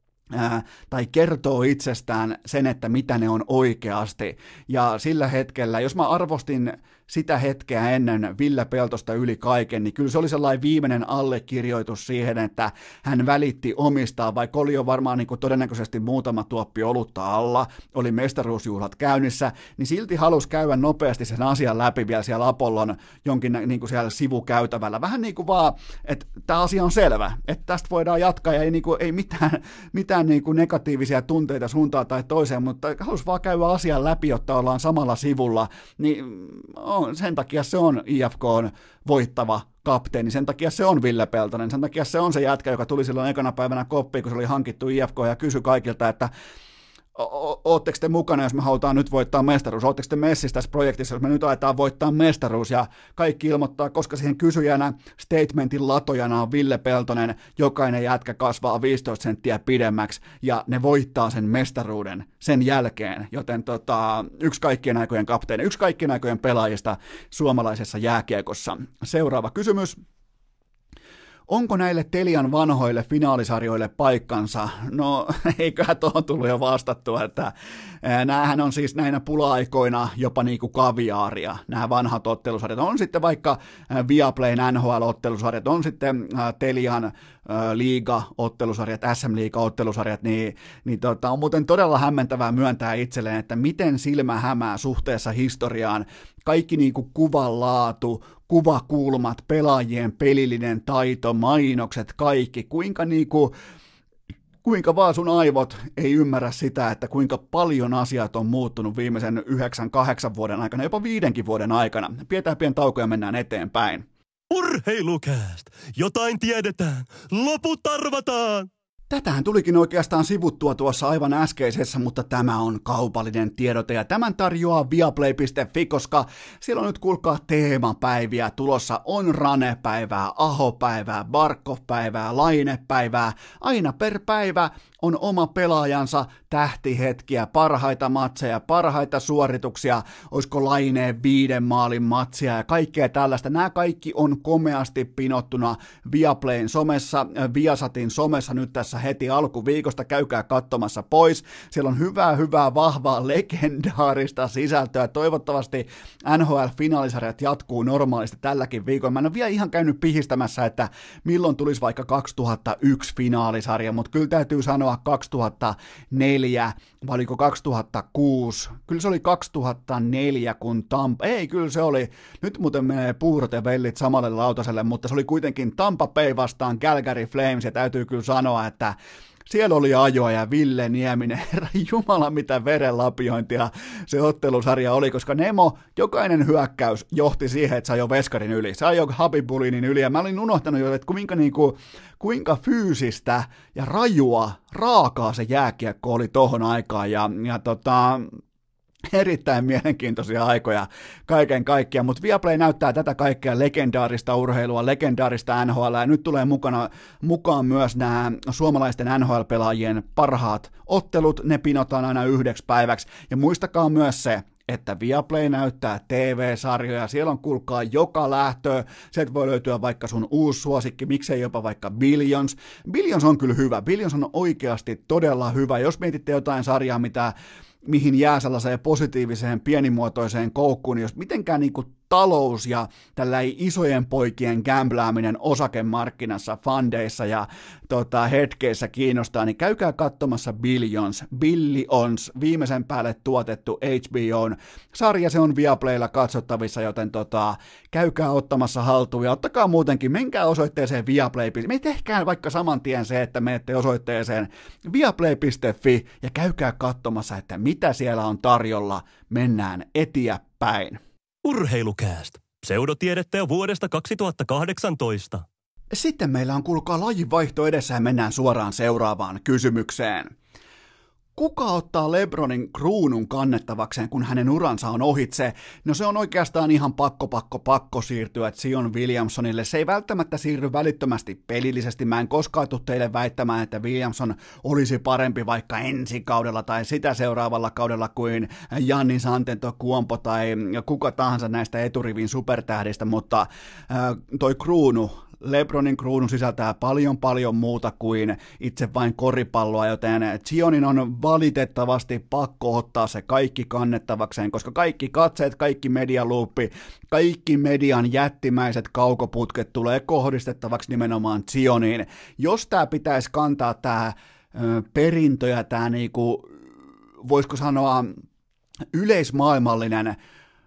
tai kertoo itsestään sen, että mitä ne on oikeasti. Ja sillä hetkellä, jos mä arvostin sitä hetkeä ennen Ville Peltosta yli kaiken, niin kyllä se oli sellainen viimeinen allekirjoitus siihen, että hän välitti omistaan, vaikka oli jo varmaan todennäköisesti muutama tuoppi olutta alla, oli mestaruusjuhlat käynnissä, niin silti halusi käydä nopeasti sen asian läpi vielä siellä Apollon jonkin siellä sivukäytävällä. Vähän niin kuin vaan, että tämä asia on selvä, että tästä voidaan jatkaa ja ei mitään negatiivisia tunteita suuntaan tai toiseen, mutta halusi vaan käydä asian läpi, jotta ollaan samalla sivulla, niin sen takia se on IFK:n voittava kapteeni, sen takia se on Ville Peltonen, sen takia se on se jätkä, joka tuli silloin ekana päivänä koppiin, kun se oli hankittu IFK ja kysyi kaikilta, että ootteko te mukana, jos me halutaan nyt voittaa mestaruus, ootteko te messissä tässä projektissa, jos me nyt aletaan voittaa mestaruus, ja kaikki ilmoittaa, koska siihen kysyjänä, statementin latojana on Ville Peltonen, jokainen jätkä kasvaa 15 senttiä pidemmäksi, ja ne voittaa sen mestaruuden sen jälkeen, joten yksi kaikkien aikojen kapteeni, yksi kaikkien aikojen pelaajista suomalaisessa jääkiekossa. Seuraava kysymys. Onko näille Telian vanhoille finaalisarjoille paikkansa? No, eiköhän tuohon tullut jo vastattua, että näähän on siis näinä pula-aikoina jopa kaviaaria, nämä vanhat ottelusarjat. On sitten vaikka Viaplayn NHL-ottelusarjat, on sitten Telian liiga-ottelusarjat, SM-liiga-ottelusarjat, niin on muuten todella hämmentävää myöntää itselleen, että miten silmä hämää suhteessa historiaan. Kaikki kuvan laatu, kuvakulmat, pelaajien pelillinen taito, mainokset, kaikki, kuinka vaan sun aivot ei ymmärrä sitä, että kuinka paljon asiat on muuttunut viimeisen 9-8 vuoden aikana, jopa 5 vuoden aikana. Pidetään pieni tauko ja mennään eteenpäin. Urheilukääst! Jotain tiedetään, loput arvataan! Tätähän tulikin oikeastaan sivuttua tuossa aivan äskeisessä, mutta tämä on kaupallinen tiedote ja tämän tarjoaa viaplay.fi, koska siellä on nyt kuulkaa teemapäiviä tulossa, on Rane-päivää, Aho-päivää, Barkov-päivää, Laine-päivää, aina per päivä on oma pelaajansa, tähtihetkiä, parhaita matseja, parhaita suorituksia, olisiko Laineen 5 maalin matsia ja kaikkea tällaista. Nämä kaikki on komeasti pinottuna Viaplayn somessa, Viasatin somessa nyt tässä heti alkuviikosta, käykää katsomassa pois. Siellä on hyvää, vahvaa, legendaarista sisältöä. Toivottavasti NHL-finaalisarjat jatkuu normaalisti tälläkin viikolla. Mä en ole vielä ihan käynyt pihistämässä, että milloin tulisi vaikka 2001 finaalisarja, mutta kyllä täytyy sanoa 2004, vai oliko 2006? Kyllä se oli 2004, kun kyllä se oli, nyt muuten menee puurot ja vellit samalle lautaselle, mutta se oli kuitenkin Tampa Bay vastaan Calgary Flames, ja täytyy kyllä sanoa, että siellä oli ajoa ja Ville Nieminen, herra jumala mitä verenlapiointia se ottelusarja oli, koska Nemo, jokainen hyökkäys johti siihen, että se ajoi veskarin yli, se ajoi Habibulinin yli, ja mä olin unohtanut jo, että kuinka fyysistä ja rajua, raakaa se jääkiekko oli tohon aikaan, ja erittäin mielenkiintoisia aikoja kaiken kaikkiaan, mutta Viaplay näyttää tätä kaikkea legendaarista urheilua, legendaarista NHL, ja nyt tulee mukaan myös nämä suomalaisten NHL-pelaajien parhaat ottelut, ne pinotaan aina 1 päiväksi, ja muistakaa myös se, että Viaplay näyttää TV-sarjoja, siellä on kuulkaa joka lähtö, sieltä voi löytyä vaikka sun uusi suosikki, miksei jopa vaikka Billions. Billions on kyllä hyvä, Billions on oikeasti todella hyvä, jos mietitte jotain sarjaa, mihin jää sellaiseen positiiviseen pienimuotoiseen koukkuun, niin jos mitenkään niin kuin talous ja tällä isojen poikien gamblaaminen osakemarkkinassa, fundeissa ja hetkeissä kiinnostaa, niin käykää katsomassa Billions, viimeisen päälle tuotettu HBOn sarja, se on Viaplaylla katsottavissa, joten käykää ottamassa haltuun ja ottakaa muutenkin, menkää osoitteeseen Viaplay. Me tehkää vaikka saman tien se, että menette osoitteeseen viaplay.fi ja käykää katsomassa, että mitä siellä on tarjolla, mennään eteenpäin. Urheilukääst. Pseudotiedettä jo vuodesta 2018. Sitten meillä on kuulkaa lajinvaihto edessä ja mennään suoraan seuraavaan kysymykseen. Kuka ottaa LeBronin kruunun kannettavakseen, kun hänen uransa on ohitse? No se on oikeastaan ihan pakko siirtyä Zion Williamsonille. Se ei välttämättä siirry välittömästi pelillisesti. Mä en koskaan tule teille väittämään, että Williamson olisi parempi vaikka ensi kaudella tai sitä seuraavalla kaudella kuin Giannis Antetokounmpo tai kuka tahansa näistä eturivin supertähdistä, mutta toi kruunu, LeBronin kruunu sisältää paljon muuta kuin itse vain koripalloa, joten Zionin on valitettavasti pakko ottaa se kaikki kannettavakseen, koska kaikki katseet, kaikki medialuuppi, kaikki median jättimäiset kaukoputket tulee kohdistettavaksi nimenomaan Zioniin. Jos tämä pitäisi kantaa tämä perintö ja tämä niinku, voisiko sanoa yleismaailmallinen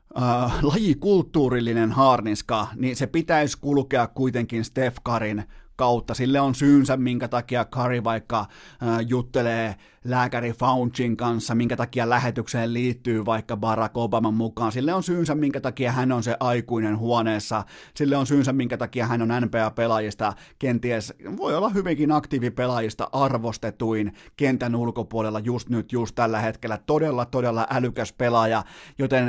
lajikulttuurillinen haarniska, niin se pitäisi kulkea kuitenkin Steph Curryn kautta. Sille on syynsä, minkä takia Curry vaikka juttelee lääkäri Faucin kanssa, minkä takia lähetykseen liittyy vaikka Barack Obaman mukaan. Sille on syynsä, minkä takia hän on se aikuinen huoneessa. Sille on syynsä, minkä takia hän on NBA-pelaajista, kenties voi olla hyvinkin aktiivipelaajista arvostetuin kentän ulkopuolella just nyt, just tällä hetkellä. Todella älykäs pelaaja, joten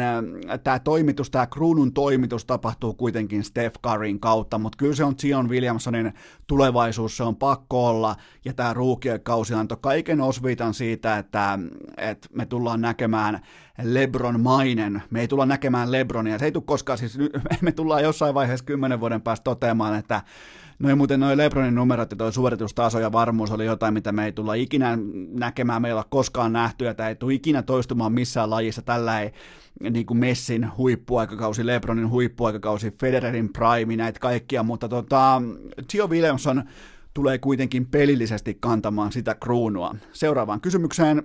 tämä kruunun toimitus tapahtuu kuitenkin Steph Curryn kautta, mutta kyllä se on Zion Williamsonin tulevaisuus, se on pakko olla, ja tämä ruukien-kausi antoi kaiken osviitan siitä, että me tullaan näkemään LeBron-mainen, me ei tulla näkemään LeBronia, se ei tule koskaan, siis me tullaan jossain vaiheessa 10 vuoden päästä toteamaan, että noi LeBronin numerot ja toi suoritustaso ja varmuus oli jotain, mitä me ei tulla ikinä näkemään, me ei olla koskaan nähty, ja tämä ei tule ikinä toistumaan missään lajissa, tällä ei niin kuin Messin huippuaikakausi, LeBronin huippuaikakausi, Federerin prime, näitä kaikkia, mutta Zion Williamson tulee kuitenkin pelillisesti kantamaan sitä kruunua. Seuraavaan kysymykseen.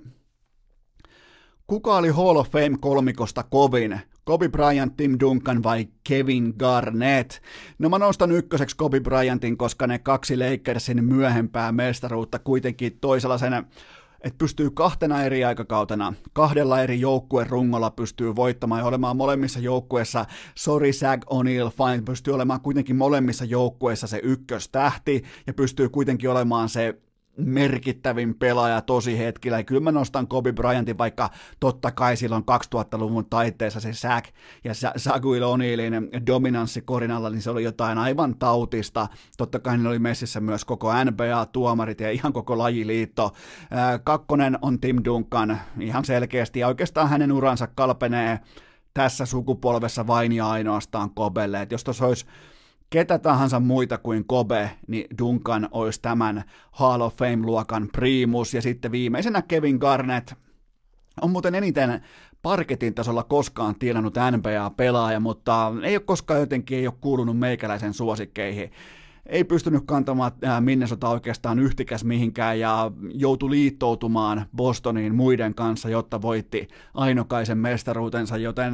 Kuka oli Hall of Fame-kolmikosta kovin? Kobe Bryant, Tim Duncan vai Kevin Garnett? No mä nostan ykköseksi Kobe Bryantin, koska ne kaksi Lakersin myöhempää mestaruutta kuitenkin toisella sen, että pystyy kahtena eri aikakautena, kahdella eri joukkueen rungolla pystyy voittamaan ja olemaan molemmissa joukkueissa, Zach O'Neal, fine, pystyy olemaan kuitenkin molemmissa joukkueissa se ykköstähti ja pystyy kuitenkin olemaan se merkittävin pelaaja tosi hetkillä. Ja kyllä mä nostan Kobe Bryantin, vaikka totta kai silloin 2000-luvun taitteessa se Shaq ja Shaquille O'Nealin dominanssi korinalla, niin se oli jotain aivan tautista. Totta kai ne oli messissä myös koko NBA-tuomarit ja ihan koko lajiliitto. Kakkonen on Tim Duncan, ihan selkeästi, ja oikeastaan hänen uransa kalpenee tässä sukupolvessa vain ja ainoastaan Kobelle. Et jos tuossa olisi ketä tahansa muita kuin Kobe, niin Duncan olisi tämän Hall of Fame-luokan primus, ja sitten viimeisenä Kevin Garnett on muuten eniten parketin tasolla koskaan tienannut NBA-pelaaja, mutta ei ole koskaan jotenkin ei ole kuulunut meikäläisen suosikkeihin. Ei pystynyt kantamaan Minnesota oikeastaan yhtikäs mihinkään ja joutui liittoutumaan Bostoniin muiden kanssa, jotta voitti ainokaisen mestaruutensa, joten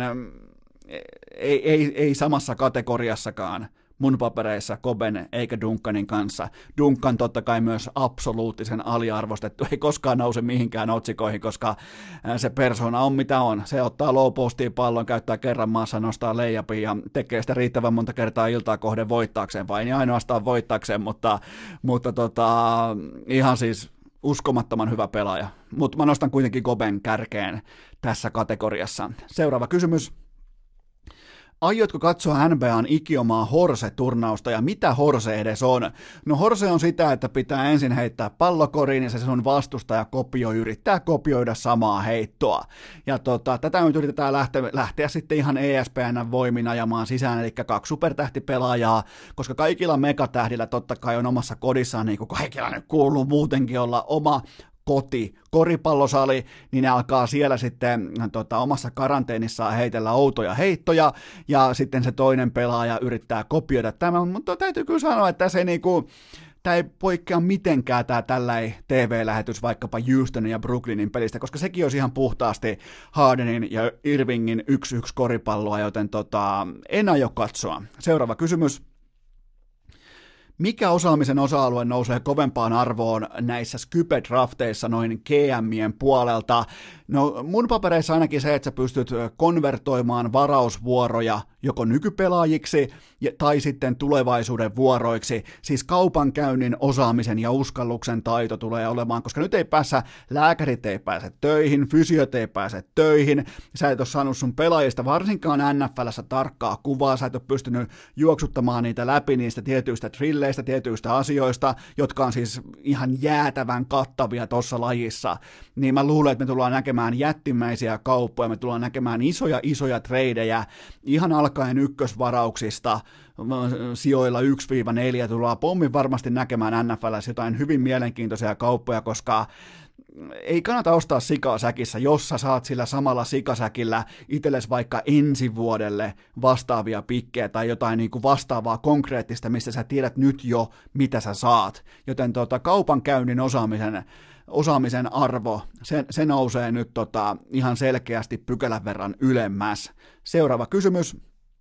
ei samassa kategoriassakaan mun papereissa Koben eikä Duncanin kanssa. Duncan totta kai myös absoluuttisen aliarvostettu, ei koskaan nouse mihinkään otsikoihin, koska se persona on mitä on. Se ottaa low postiin pallon, käyttää kerran maassa, nostaa layupin ja tekee sitä riittävän monta kertaa iltaa kohden voittaakseen, vain ja ainoastaan voittaakseen, mutta ihan siis uskomattoman hyvä pelaaja. Mutta mä nostan kuitenkin Koben kärkeen tässä kategoriassa. Seuraava kysymys. Aiotko katsoa NBAn ikiomaa Horse-turnausta ja mitä Horse edes on? No Horse on sitä, että pitää ensin heittää pallokoriin ja se sun vastustaja yrittää kopioida samaa heittoa. Ja tätä nyt yritetään lähteä sitten ihan ESPN:n voimin ajamaan sisään, eli 2 supertähtipelaajaa, koska kaikilla megatähdillä totta kai on omassa kodissaan, niin kuin kaikilla nyt kuuluu muutenkin olla oma koripallosali, niin ne alkaa siellä sitten omassa karanteenissaan heitellä outoja heittoja, ja sitten se toinen pelaaja yrittää kopioida tämän, mutta täytyy kyllä sanoa, että tämä ei poikkea mitenkään tällainen TV-lähetys vaikkapa Houstonin ja Brooklynin pelistä, koska sekin olisi ihan puhtaasti Hardenin ja Irvingin 1-1 koripalloa, joten en aio katsoa. Seuraava kysymys. Mikä osaamisen osa-alue nousee kovempaan arvoon näissä Skype-drafteissa noin GM:ien puolelta? No mun papereissa ainakin se, että sä pystyt konvertoimaan varausvuoroja joko nykypelaajiksi tai sitten tulevaisuuden vuoroiksi. Siis kaupankäynnin osaamisen ja uskalluksen taito tulee olemaan, koska nyt lääkärit ei pääse töihin, fysiot ei pääse töihin, sä et ole saanut sun pelaajista varsinkaan NFL:ssä tarkkaa kuvaa, sä et ole pystynyt juoksuttamaan niitä läpi niistä tietyistä drilleistä, tietyistä asioista, jotka on siis ihan jäätävän kattavia tuossa lajissa, niin mä luulen, että me tullaan näkemään jättimäisiä kauppoja, me tullaan näkemään isoja tradeja, ihan alkaen ykkösvarauksista, sijoilla 1-4 tullaan pommin varmasti näkemään NFL:ssä jotain hyvin mielenkiintoisia kauppoja, koska ei kannata ostaa sikaa säkissä, jos sä saat sillä samalla sikasäkillä itsellesi vaikka ensi vuodelle vastaavia pikkejä tai jotain niin kuin vastaavaa konkreettista, mistä sä tiedät nyt jo, mitä sä saat. Joten kaupankäynnin osaamisen arvo, se nousee nyt ihan selkeästi pykälän verran ylemmäs. Seuraava kysymys.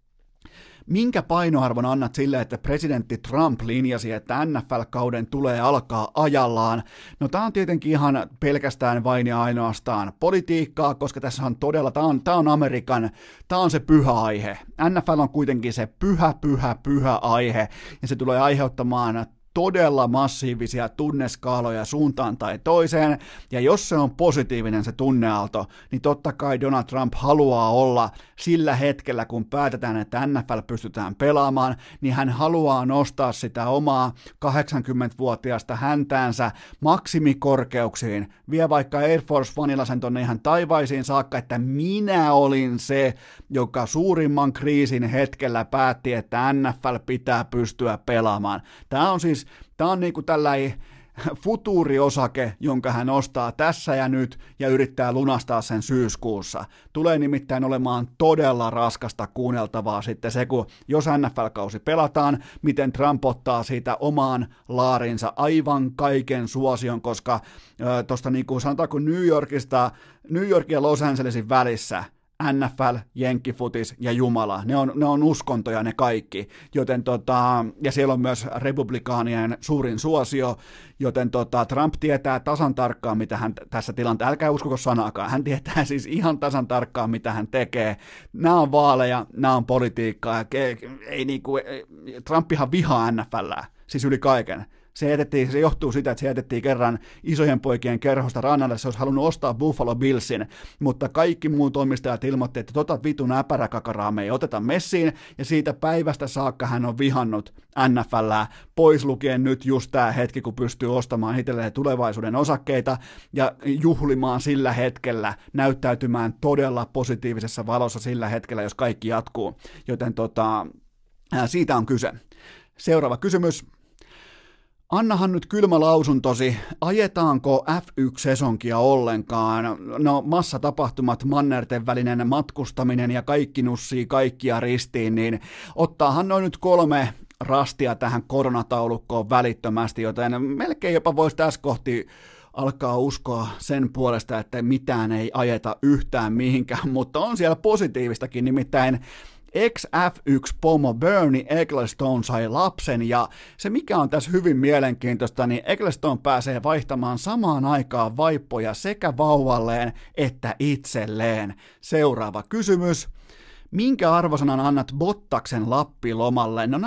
Minkä painoarvon annat sille, että presidentti Trump linjasi, että NFL-kauden tulee alkaa ajallaan? No tämä on tietenkin ihan pelkästään vain ja ainoastaan politiikkaa, koska tässä on todella, tämä on Amerikan, tämä on se pyhä aihe. NFL on kuitenkin se pyhä aihe, ja se tulee aiheuttamaan todella massiivisia tunneskaaloja suuntaan tai toiseen, ja jos se on positiivinen se tunneaalto, niin totta kai Donald Trump haluaa olla sillä hetkellä, kun päätetään, että NFL pystytään pelaamaan, niin hän haluaa nostaa sitä omaa 80-vuotiaasta häntäänsä maksimikorkeuksiin, vie vaikka Air Force Oneilla sen tonne ihan taivaisiin saakka, että minä olin se, joka suurimman kriisin hetkellä päätti, että NFL pitää pystyä pelaamaan. Tämä on niinku tällainen futuuriosake, jonka hän ostaa tässä ja nyt ja yrittää lunastaa sen syyskuussa. Tulee nimittäin olemaan todella raskasta kuunneltavaa sitten se, kun jos NFL-kausi pelataan, miten Trump ottaa siitä omaan laarinsa aivan kaiken suosion, koska tuosta niin kuin sanotaanko New York ja Los Angelesin välissä NFL, jenkkifutis ja Jumala, ne on uskontoja ne kaikki, joten ja siellä on myös republikaanien suurin suosio, joten Trump tietää tasan tarkkaan, mitä hän tässä tilanteessa, älkää uskoko sanaakaan, hän tietää siis ihan tasan tarkkaan, mitä hän tekee, nämä on vaaleja, nämä on politiikkaa, Trumpihan vihaa NFLää, siis yli kaiken. Se johtuu siitä, että se jätettiin kerran isojen poikien kerhosta rannalle, se olisi halunnut ostaa Buffalo Billsin, mutta kaikki muut omistajat ilmoitti, että vitun äpäräkakaraa me ei oteta messiin, ja siitä päivästä saakka hän on vihannut NFLää, pois lukien nyt just tämä hetki, kun pystyy ostamaan itselleen tulevaisuuden osakkeita, ja juhlimaan sillä hetkellä, näyttäytymään todella positiivisessa valossa sillä hetkellä, jos kaikki jatkuu, joten siitä on kyse. Seuraava kysymys. Annahan nyt kylmä lausuntosi, ajetaanko F1-sesonkia ollenkaan? No massatapahtumat, mannerten välinen matkustaminen ja kaikki nussii kaikkia ristiin, niin ottaahan noin nyt 3 rastia tähän koronataulukkoon välittömästi, joten melkein jopa voisi tässä kohti alkaa uskoa sen puolesta, että mitään ei ajeta yhtään mihinkään, mutta on siellä positiivistakin, nimittäin ex-F1-pomo Bernie Ecclestone sai lapsen, ja se mikä on tässä hyvin mielenkiintoista, niin Ecclestone pääsee vaihtamaan samaan aikaan vaippoja sekä vauvalleen että itselleen. Seuraava kysymys. Minkä arvosanan annat Bottaksen Lappilomalle? No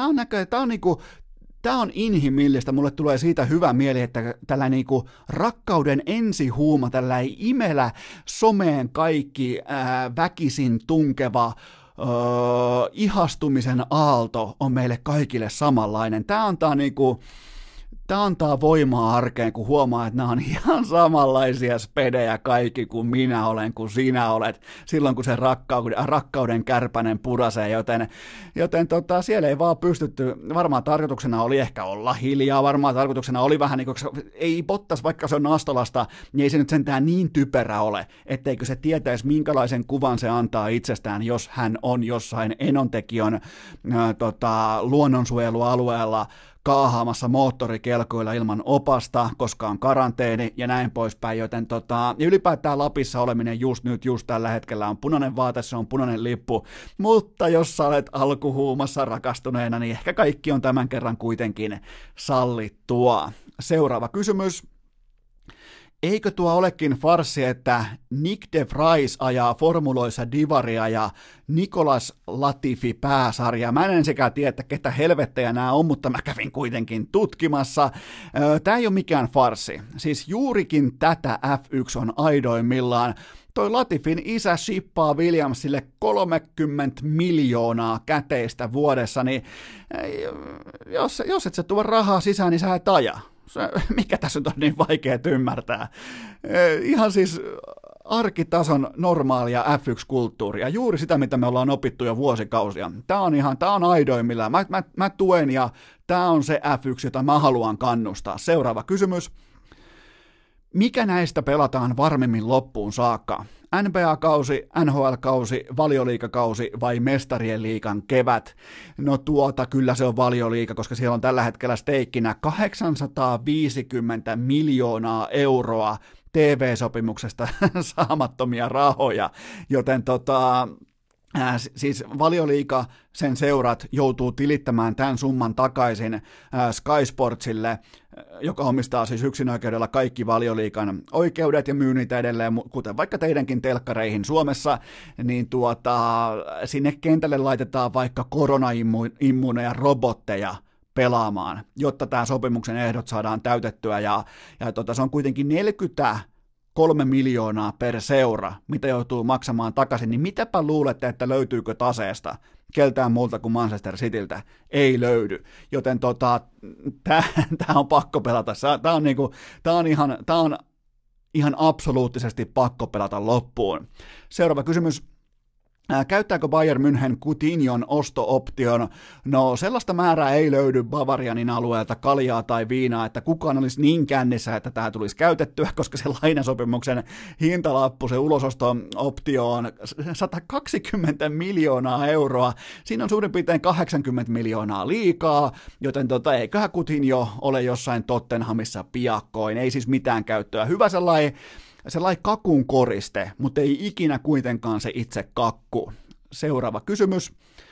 tämä on inhimillistä, mulle tulee siitä hyvä mieli, että tällainen niinku rakkauden ensihuuma, tällainen imelä someen kaikki väkisin tunkeva ihastumisen aalto on meille kaikille samanlainen. Tämä antaa voimaa arkeen, kun huomaa, että nämä on ihan samanlaisia spedejä kaikki kuin minä olen, kuin sinä olet, silloin kun se rakkauden kärpänen purasee, joten siellä ei vaan pystytty, varmaan tarkoituksena oli ehkä olla hiljaa, varmaan tarkoituksena oli vähän niin kuin, ei Bottas, vaikka se on Astolasta, niin ei se nyt sentään niin typerä ole, etteikö se tietäisi, minkälaisen kuvan se antaa itsestään, jos hän on jossain Enontekiön luonnonsuojelualueella kaahaamassa moottorikelkoilla ilman opasta, koska on karanteeni ja näin poispäin, joten ja ylipäätään Lapissa oleminen just nyt, just tällä hetkellä on punainen vaate, se on punainen lippu, mutta jos sä olet alkuhuumassa rakastuneena, niin ehkä kaikki on tämän kerran kuitenkin sallittua. Seuraava kysymys. Eikö tuo olekin farssi, että Nick de Vries ajaa formuloissa divaria ja Nicolas Latifi pääsarja? Mä en ensikään tiedä, että ketä helvettejä nämä on, mutta mä kävin kuitenkin tutkimassa. Tää ei ole mikään farssi. Siis juurikin tätä F1 on aidoimmillaan. Toi Latifin isä shippaa Williamsille 30 miljoonaa käteistä vuodessa, niin jos et sä tuo rahaa sisään, niin sä et aja. Mikä tässä nyt on niin vaikea ymmärtää? Ihan siis arkitason normaalia F1-kulttuuria, juuri sitä, mitä me ollaan opittu jo vuosikausia. Tämä on aidoimmillaan. Mä tuen ja tämä on se F1, jota mä haluan kannustaa. Seuraava kysymys. Mikä näistä pelataan varmemmin loppuun saakka? NBA-kausi, NHL-kausi, Valioliigakausi vai Mestarien liigan kevät? No kyllä se on Valioliiga, koska siellä on tällä hetkellä steikkinä 850 miljoonaa euroa TV-sopimuksesta saamattomia rahoja, joten siis Valioliiga, sen seurat joutuu tilittämään tämän summan takaisin Sky Sportsille, joka omistaa siis yksinoikeudella kaikki Valioliigan oikeudet ja myy niitä edelleen, kuten vaikka teidänkin telkkareihin Suomessa, niin sinne kentälle laitetaan vaikka koronaimmuuneja robotteja pelaamaan, jotta tämä sopimuksen ehdot saadaan täytettyä, ja se on kuitenkin 3 miljoonaa per seura, mitä joutuu maksamaan takaisin, niin mitäpä luulette, että löytyykö taseesta keltään muulta kuin Manchester Cityltä? Ei löydy, joten tämä on pakko pelata, tämä on ihan absoluuttisesti pakko pelata loppuun. Seuraava kysymys. Käyttääkö Bayern München Coutinhon osto-option? No sellaista määrää ei löydy Bavarianin alueelta kaljaa tai viinaa, että kukaan olisi niin kännissä, että tämä tulisi käytettyä, koska se lainasopimuksen hintalappu, se ulososto-optio on 120 miljoonaa euroa. Siinä on suurin piirtein 80 miljoonaa liikaa, joten eiköhän Coutinho ole jossain Tottenhamissa piakkoin, ei siis mitään käyttöä. Hyvä sellainen kakun koriste, mutta ei ikinä kuitenkaan se itse kakku. Seuraava kysymys.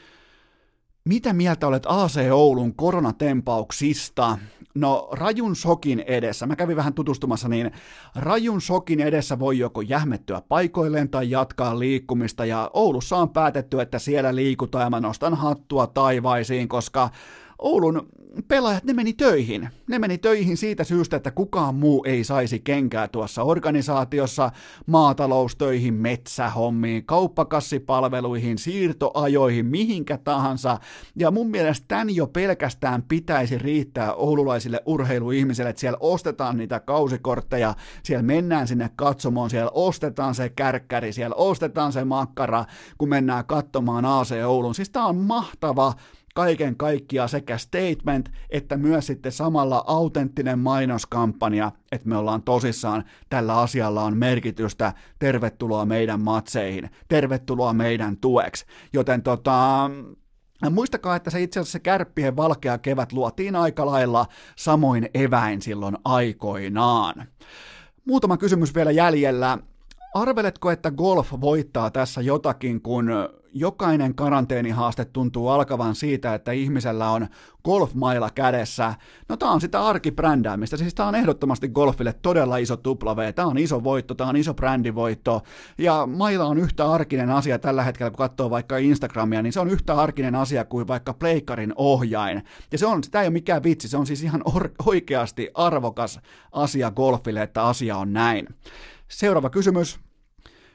Mitä mieltä olet AC Oulun koronatempauksista? No rajun shokin edessä, mä kävin vähän tutustumassa, niin rajun shokin edessä voi joko jähmettyä paikoilleen tai jatkaa liikkumista, ja Oulussa on päätetty, että siellä liikutaan, ja mä nostan hattua taivaisiin, koska Oulun pelaajat, ne meni töihin siitä syystä, että kukaan muu ei saisi kenkää tuossa organisaatiossa, maataloustöihin, metsähommiin, kauppakassipalveluihin, siirtoajoihin, mihinkä tahansa, ja mun mielestä tämän jo pelkästään pitäisi riittää oululaisille urheiluihmisille, että siellä ostetaan niitä kausikortteja, siellä mennään sinne katsomoon, siellä ostetaan se kärkkäri, siellä ostetaan se makkara, kun mennään katsomaan AC Oulun, siis tää on mahtava kaiken kaikkiaan sekä statement, että myös sitten samalla autenttinen mainoskampanja, että me ollaan tosissaan, tällä asialla on merkitystä, tervetuloa meidän matseihin, tervetuloa meidän tueksi, joten muistakaa, että se itse asiassa Kärppien valkea kevät luotiin aika lailla samoin eväin silloin aikoinaan. Muutama kysymys vielä jäljellä. Arveletko, että golf voittaa tässä jotakin, kun jokainen karanteenihaaste tuntuu alkavan siitä, että ihmisellä on golfmaila kädessä? No tää on sitä arkibrändäämistä, siis tää on ehdottomasti golfille todella iso W, tää on iso voitto, tää on iso brändivoitto, ja maila on yhtä arkinen asia tällä hetkellä, kun katsoo vaikka Instagramia, niin se on yhtä arkinen asia kuin vaikka pleikkarin ohjain, ja sitä ei ole mikään vitsi, se on siis ihan oikeasti arvokas asia golfille, että asia on näin. Seuraava kysymys.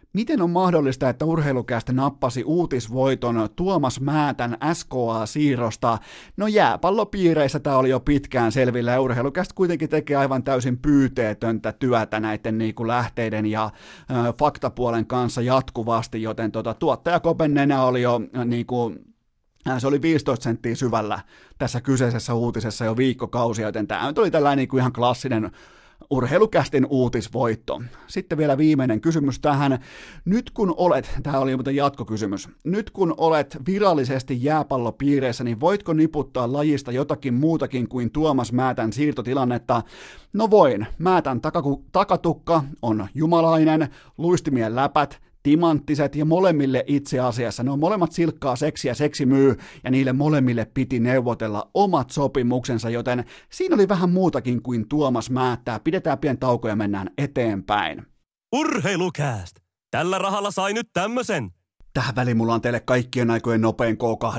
Miten on mahdollista, että Urheilucast nappasi uutisvoiton Tuomas Määtän SKA-siirrosta? No jääpallopiireissä tämä oli jo pitkään selvillä ja Urheilucast kuitenkin tekee aivan täysin pyyteetöntä työtä näiden niinku lähteiden ja faktapuolen kanssa jatkuvasti, joten tuottaja Kopennenä oli jo niinku se oli 15 senttiä syvällä tässä kyseisessä uutisessa jo viikkokausia, joten tämä nyt oli tällainen niin kuin ihan klassinen Urheilukästin uutisvoitto. Sitten vielä viimeinen kysymys tähän. Nyt kun olet, tämä oli muuten jatkokysymys, nyt kun olet virallisesti jääpallopiireissä, niin voitko niputtaa lajista jotakin muutakin kuin Tuomas Määtän siirtotilannetta? No voin. Määtän takatukka on jumalainen, luistimien läpät timanttiset ja molemmille itse asiassa. Ne on molemmat silkkaa seksiä, seksi myy ja niille molemmille piti neuvotella omat sopimuksensa, joten siinä oli vähän muutakin kuin Tuomas Määttää. Pidetään pieni tauko ja mennään eteenpäin. Urheilukääst! Tällä rahalla sai nyt tämmösen. Tähän väliin mulla on teille kaikkien aikojen nopein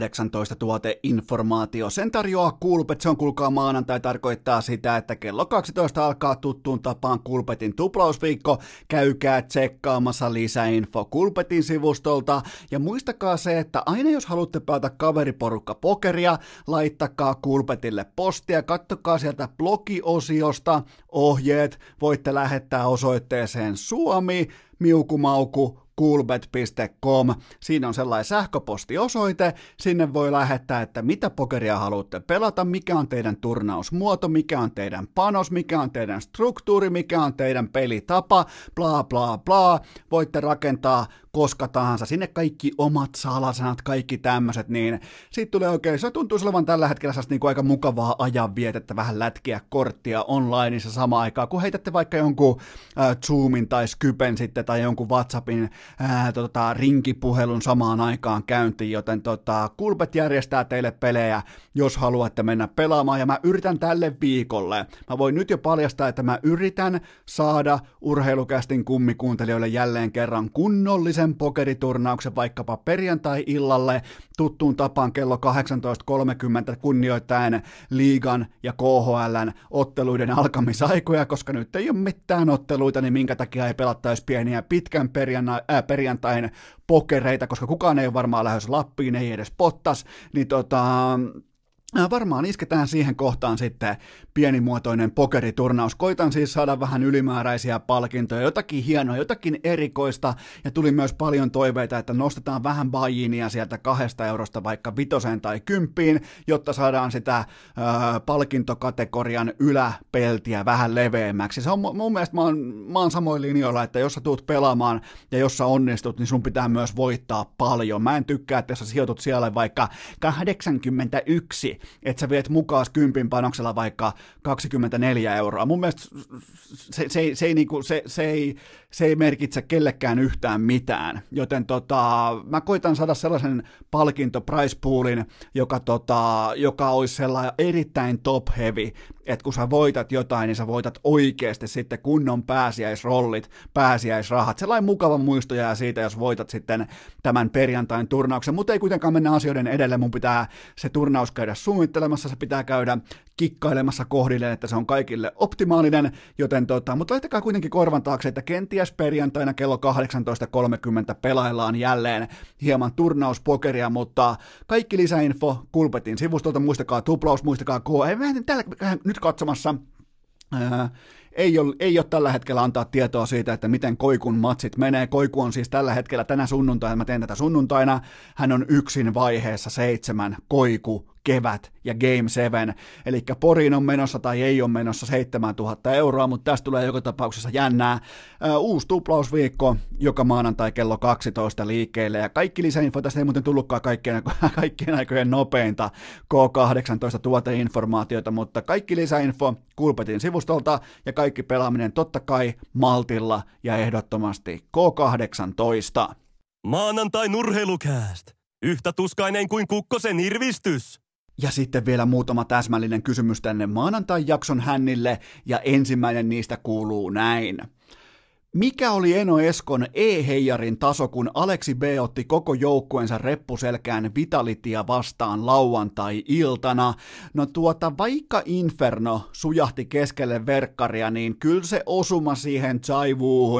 K18-tuoteinformaatio. Sen tarjoaa Coolbet, se on kuulkaa maanantai, tarkoittaa sitä, että kello 12 alkaa tuttuun tapaan Coolbetin tuplausviikko. Käykää tsekkaamassa lisäinfo Coolbetin sivustolta. Ja muistakaa se, että aina jos haluatte pelata kaveriporukka pokeria, laittakaa Coolbetille postia, kattokaa sieltä blogiosiosta ohjeet, voitte lähettää osoitteeseen Suomi, miukumauku, coolbet.com. Siinä on sellainen sähköpostiosoite, sinne voi lähettää, että mitä pokeria haluatte pelata, mikä on teidän turnausmuoto, mikä on teidän panos, mikä on teidän struktuuri, mikä on teidän pelitapa, bla bla bla. Voitte rakentaa koska tahansa, sinne kaikki omat salasanat, kaikki tämmöiset, niin siitä tulee oikein, se tuntuu olevan tällä hetkellä niin kuin aika mukavaa ajanvietettä, vähän lätkiä korttia onlineissa samaan aikaan, kun heitätte vaikka jonkun Zoomin tai Skypen sitten, tai jonkun WhatsAppin rinkipuhelun samaan aikaan käyntiin, joten Coolbet järjestää teille pelejä, jos haluatte mennä pelaamaan, ja mä yritän tälle viikolle, mä voin nyt jo paljastaa, että mä yritän saada Urheilukästin kummikuuntelijoille jälleen kerran kunnollisen pokeriturnauksen vaikkapa perjantai-illalle tuttuun tapaan kello 18.30 kunnioittaen liigan ja KHL:n otteluiden alkamisaikoja, koska nyt ei ole mitään otteluita, niin minkä takia ei pelattaisi pieniä pitkän perjantain pokereita, koska kukaan ei ole varmaan lähes Lappiin, ei edes Pottas, niin varmaan isketään siihen kohtaan sitten pienimuotoinen pokeriturnaus. Koitan siis saada vähän ylimääräisiä palkintoja, jotakin hienoa, jotakin erikoista, ja tuli myös paljon toiveita, että nostetaan vähän buy-inia sieltä 2 eurosta vaikka 5 tai 10, jotta saadaan sitä palkintokategorian yläpeltiä vähän leveämmäksi. Se on mun mielestä, mä oon samoin linjoilla, että jos sä tuut pelaamaan ja jos sä onnistut, niin sun pitää myös voittaa paljon. Mä en tykkää, että jos sä sijoitut siellä vaikka 81, että sä viet mukaan 10 panoksella vaikka 24 euroa. Mun mielestä se ei merkitse kellekään yhtään mitään, joten mä koitan saada sellaisen palkinto price poolin, joka olisi sellainen erittäin top heavy, että kun sä voitat jotain, niin sä voitat oikeasti sitten kunnon pääsiäisrollit, pääsiäisrahat, sellainen mukava muisto jää siitä, jos voitat sitten tämän perjantain turnauksen, mutta ei kuitenkaan mennä asioiden edelle, mun pitää se turnaus käydä suunnittelemassa, se pitää käydä kikkailemassa kohdilleen, että se on kaikille optimaalinen, joten mutta laittakaa kuitenkin korvan taakse, että kenties perjantaina kello 18.30 pelaillaan jälleen hieman turnauspokeria, mutta kaikki lisäinfo Coolbetin sivustolta, muistakaa tuplaus, muistakaa täällä nyt katsomassa, ei ole tällä hetkellä antaa tietoa siitä, että miten Koikun matsit menee. Koiku on siis tällä hetkellä tänä sunnuntaina, mä teen tätä sunnuntaina, hän on yksin vaiheessa 7, Koiku, kevät ja Game 7, eli Poriin on menossa tai ei ole menossa 7 000 euroa, mutta tästä tulee joka tapauksessa jännää. Uusi tuplausviikko joka maanantai kello 12 liikkeelle, ja kaikki lisäinfo, tästä ei muuten tullutkaan kaikkien aikojen nopeinta K18 tuoteinformaatiota, mutta kaikki lisäinfo Coolbetin sivustolta ja kaikki pelaaminen totta kai maltilla ja ehdottomasti K18. Maanantain urheilukääst. Yhtä tuskainen kuin Kukkosen irvistys. Ja sitten vielä muutama täsmällinen kysymys tänne maanantai-jakson hännille, ja ensimmäinen niistä kuuluu näin. Mikä oli Eno Eskon E-heijarin taso, kun Aleksi B otti koko joukkueensa reppuselkään Vitalitia vastaan lauantai-iltana? No vaikka Inferno sujahti keskelle verkkaria, niin kyllä se osuma siihen Chaivuuhun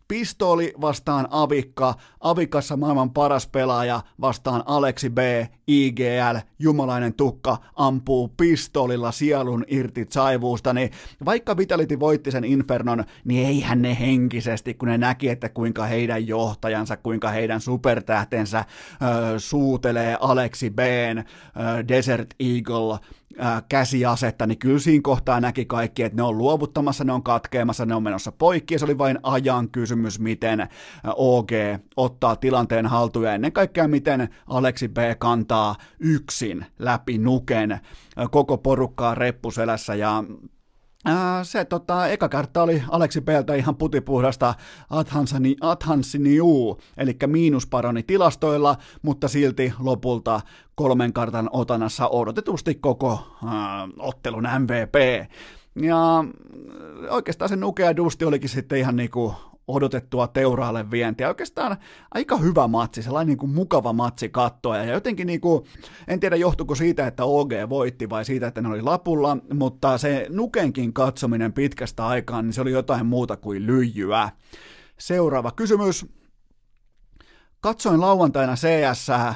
Pistooli vastaan Avikka, Avikassa maailman paras pelaaja vastaan Aleksi B, IGL, jumalainen tukka, ampuu pistoolilla sielun irti Chaivuusta, niin vaikka Vitality voitti sen Infernon, niin eihän ne henkisesti, kun ne näki, että kuinka heidän johtajansa, kuinka heidän supertähtensä suutelee Aleksi B:n Desert Eagle käsiasetta, niin kyllä siinä kohtaa näki kaikki, että ne on luovuttamassa, ne on katkeamassa, ne on menossa poikki, ja se oli vain ajan kysymys, miten OG ottaa tilanteen haltuun, ja ennen kaikkea miten Aleksi B kantaa yksin läpi nuken koko porukkaa reppuselässä, ja se eka kerta oli Aleksi B:ltä ihan putipuhdasta Adhansiniu, eli miinusparoni tilastoilla, mutta silti lopulta 3 kartan otanassa odotetusti koko ottelun MVP. Ja oikeastaan se nukea dusti olikin sitten ihan niinku odotettua teuraalle vientiä. Oikeastaan aika hyvä matsi, sellainen niin kuin mukava matsi katsoa, ja jotenkin niin kuin, en tiedä johtuiko siitä, että OG voitti vai siitä, että ne oli lapulla, mutta se nukenkin katsominen pitkästä aikaa, niin se oli jotain muuta kuin lyijyä. Seuraava kysymys. Katsoin lauantaina CS:ää.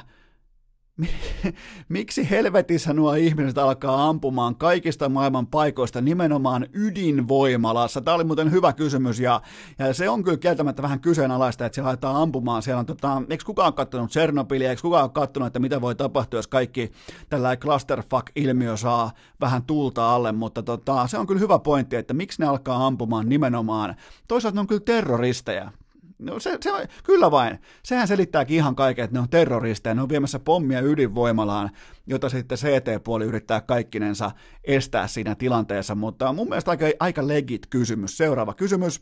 Miksi helvetissä nuo ihmiset alkaa ampumaan kaikista maailman paikoista nimenomaan ydinvoimalassa? Tämä oli muuten hyvä kysymys, ja se on kyllä kieltämättä vähän kyseenalaista, että siellä aletaan ampumaan. Siellä on, eikö kukaan ole katsonut Tsernobylia, eikö kukaan ole katsonut, että mitä voi tapahtua, jos kaikki tällainen clusterfuck-ilmiö saa vähän tuulta alle, mutta se on kyllä hyvä pointti, että miksi ne alkaa ampumaan nimenomaan. Toisaalta ne on kyllä terroristeja. No se kyllä vain. Sehän selittääkin ihan kaiken, että ne on terroristeja, ne on viemässä pommia ydinvoimalaan, jota sitten CT-puoli yrittää kaikkinensa estää siinä tilanteessa, mutta mun mielestä aika legit kysymys. Seuraava kysymys.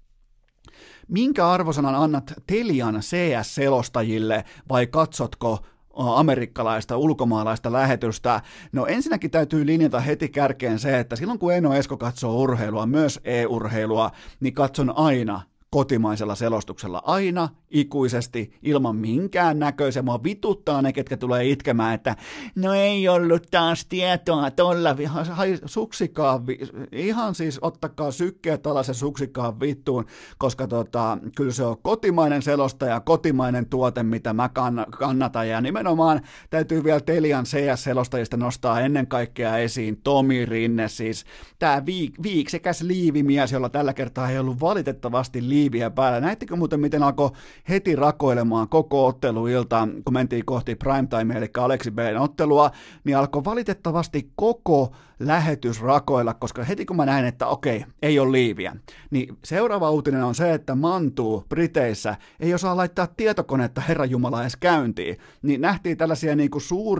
Minkä arvosanan annat Telian CS-selostajille vai katsotko amerikkalaista, ulkomaalaista lähetystä? No ensinnäkin täytyy linjata heti kärkeen se, että silloin kun Eno Esko katsoo urheilua, myös e-urheilua, niin katson aina kotimaisella selostuksella, aina, ikuisesti, ilman minkään näköisiä. Mua vituttaa ne, ketkä tulee itkemään, että no ei ollut taas tietoa tolla, suksikaa, ihan siis ottakaa sykkeet alas ja suksikaa vittuun, koska kyllä se on kotimainen selostaja, kotimainen tuote, mitä mä kannatan, ja nimenomaan täytyy vielä Telian CS-selostajista nostaa ennen kaikkea esiin Tomi Rinne, siis tää viiksekäs liivimies, jolla tällä kertaa ei ollut valitettavasti liiviä päällä. Näittekö muuten, miten alkoi heti rakoilemaan koko otteluilta, kun mentiin kohti primetime, eli Aleksi B:n ottelua, niin alkoi valitettavasti koko lähetys rakoilla, koska heti kun mä näin, että okei, ei ole liiviä, niin seuraava uutinen on se, että Mantuu Briteissä ei osaa laittaa tietokonetta Herranjumala edes käyntiin, niin nähtiin tällaisia niinku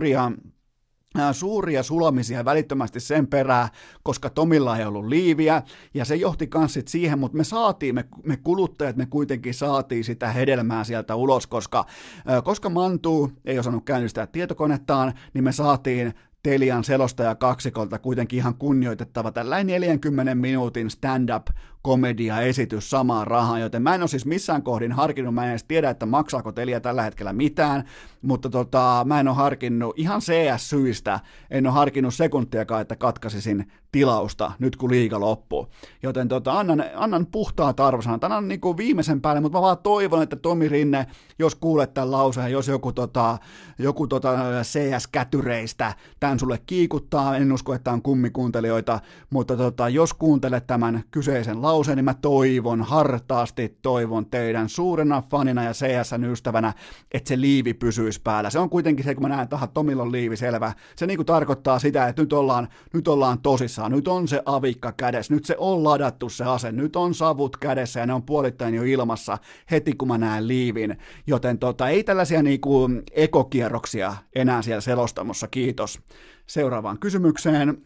suuria sulamisia välittömästi sen perään, koska Tomilla ei ollut liiviä, ja se johti kans sit siihen, mutta me kuluttajat, me kuitenkin saatiin sitä hedelmää sieltä ulos, koska Mantuu ei osannut käynnistää tietokonettaan, niin me saatiin Telian selostaja kaksikolta kuitenkin ihan kunnioitettava tällainen 40 minuutin stand-up-komedia-esitys samaan rahaan, joten mä en ole siis missään kohdin harkinnut, mä en edes tiedä, että maksaako Telia tällä hetkellä mitään, mutta mä en ole harkinnut ihan CS-syistä, en ole harkinnut sekuntiakaan, että katkaisisin tilausta nyt kun liiga loppuu, joten annan puhtaat arvosanat, annan niin kuin viimeisen päälle, mutta mä vaan toivon, että Tomi Rinne, jos kuulet tämän lauseen, jos joku CS-kätyreistä tämän sulle kiikuttaa, en usko, että on kummikuuntelijoita, mutta jos kuuntelet tämän kyseisen lauseen, niin mä hartaasti toivon teidän suurena fanina ja CS:n ystävänä, että se liivi pysyisi päällä. Se on kuitenkin se, kun mä näen, että Tomilla on liivi, selvä. Se niin kuin tarkoittaa sitä, että nyt ollaan tosissaan, nyt on se avikka kädessä, nyt se on ladattu se ase, nyt on savut kädessä ja ne on puolittain jo ilmassa heti, kun mä näen liivin, joten ei tällaisia niin kuin ekokierroksia enää siellä selostamossa, kiitos. Seuraavaan kysymykseen.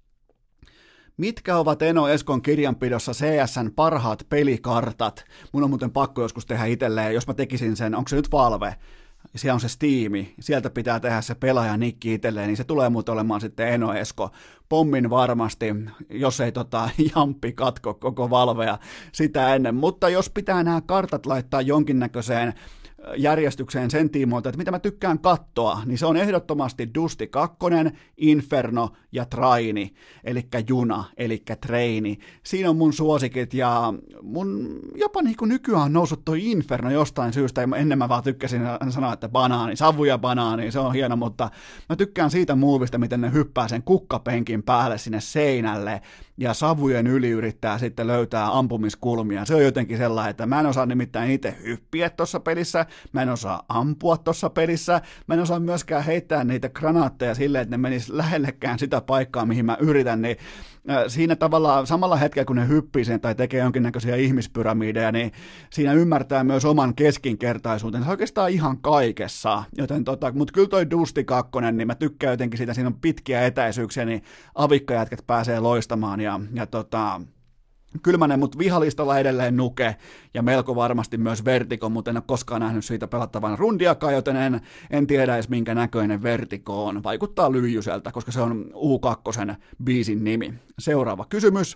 Mitkä ovat Eno Eskon kirjanpidossa CS:n parhaat pelikartat? Mun on muuten pakko joskus tehdä itselleen, jos mä tekisin sen, onko se nyt Valve? Siellä on se Steam, sieltä pitää tehdä se pelaajanikki itselleen, niin se tulee muuten olemaan sitten Eno Esko. Pommin varmasti, jos ei Jamppi katko koko Valvea sitä ennen, mutta jos pitää nämä kartat laittaa jonkinnäköiseen järjestykseen sen tiimoilta, että mitä mä tykkään katsoa, niin se on ehdottomasti Dusti 2, Inferno ja Traini, eli juna, eli treini. Siinä on mun suosikit ja mun jopa niin kuin nykyään on noussut toi Inferno jostain syystä, ennen mä vaan tykkäsin sanoa, että banaani, savu ja banaani, se on hieno, mutta mä tykkään siitä muuvista, miten ne hyppää sen kukkapenkin päälle sinne seinälle ja savujen yli yrittää sitten löytää ampumiskulmia. Se on jotenkin sellainen, että mä en osaa nimittäin itse hyppiä tuossa pelissä, mä en osaa ampua tuossa pelissä, mä en osaa myöskään heittää niitä granaatteja silleen, että ne menis lähellekään sitä paikkaa, mihin mä yritän, niin siinä tavallaan samalla hetkellä, kun ne hyppii sen tai tekee jonkinnäköisiä ihmispyramideja, niin siinä ymmärtää myös oman keskinkertaisuutensa oikeastaan ihan kaikessa. Joten mutta kyllä toi Dusti 2, niin mä tykkään jotenkin siitä, siinä on pitkiä etäisyyksiä, niin avikkajätkät pääsee loistamaan ja Kylmänen, mutta vihalistalla edelleen Nuke ja melko varmasti myös Vertigo, mutta en ole koskaan nähnyt siitä pelattavan rundiakaan, joten en tiedä edes minkä näköinen Vertigo on. Vaikuttaa lyijyseltä, koska se on U2 biisin nimi. Seuraava kysymys.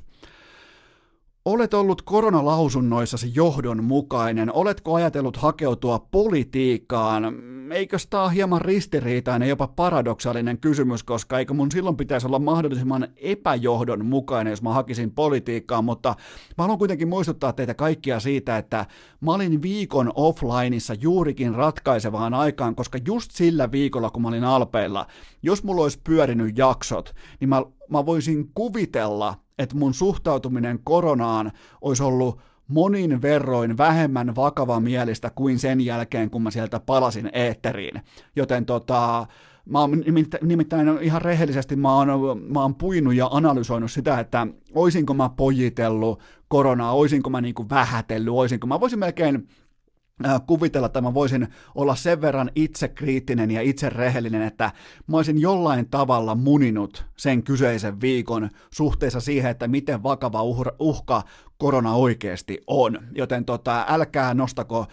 Olet ollut koronalausunnoissasi johdonmukainen. Oletko ajatellut hakeutua politiikkaan? Eikö tämä ole hieman ristiriitainen, jopa paradoksaalinen kysymys, koska eikö mun silloin pitäisi olla mahdollisimman epäjohdonmukainen, jos mä hakisin politiikkaan, mutta mä haluan kuitenkin muistuttaa teitä kaikkia siitä, että mä olin viikon offlineissa juurikin ratkaisevaan aikaan, koska just sillä viikolla, kun mä olin Alpeilla, jos mulla olisi pyörinyt jaksot, niin mä voisin kuvitella, että mun suhtautuminen koronaan olisi ollut monin verroin vähemmän vakavamielistä kuin sen jälkeen, kun mä sieltä palasin eetteriin. Joten mä oon nimittäin ihan rehellisesti mä oon puinut ja analysoinut sitä, että oisinko mä pojitellut koronaa, oisinko mä niinku vähätellyt, mä voisin melkein kuvitella, että mä voisin olla sen verran itsekriittinen ja itserehellinen, että mä olisin jollain tavalla muninut sen kyseisen viikon suhteessa siihen, että miten vakava uhka korona oikeasti on. Joten älkää nostako,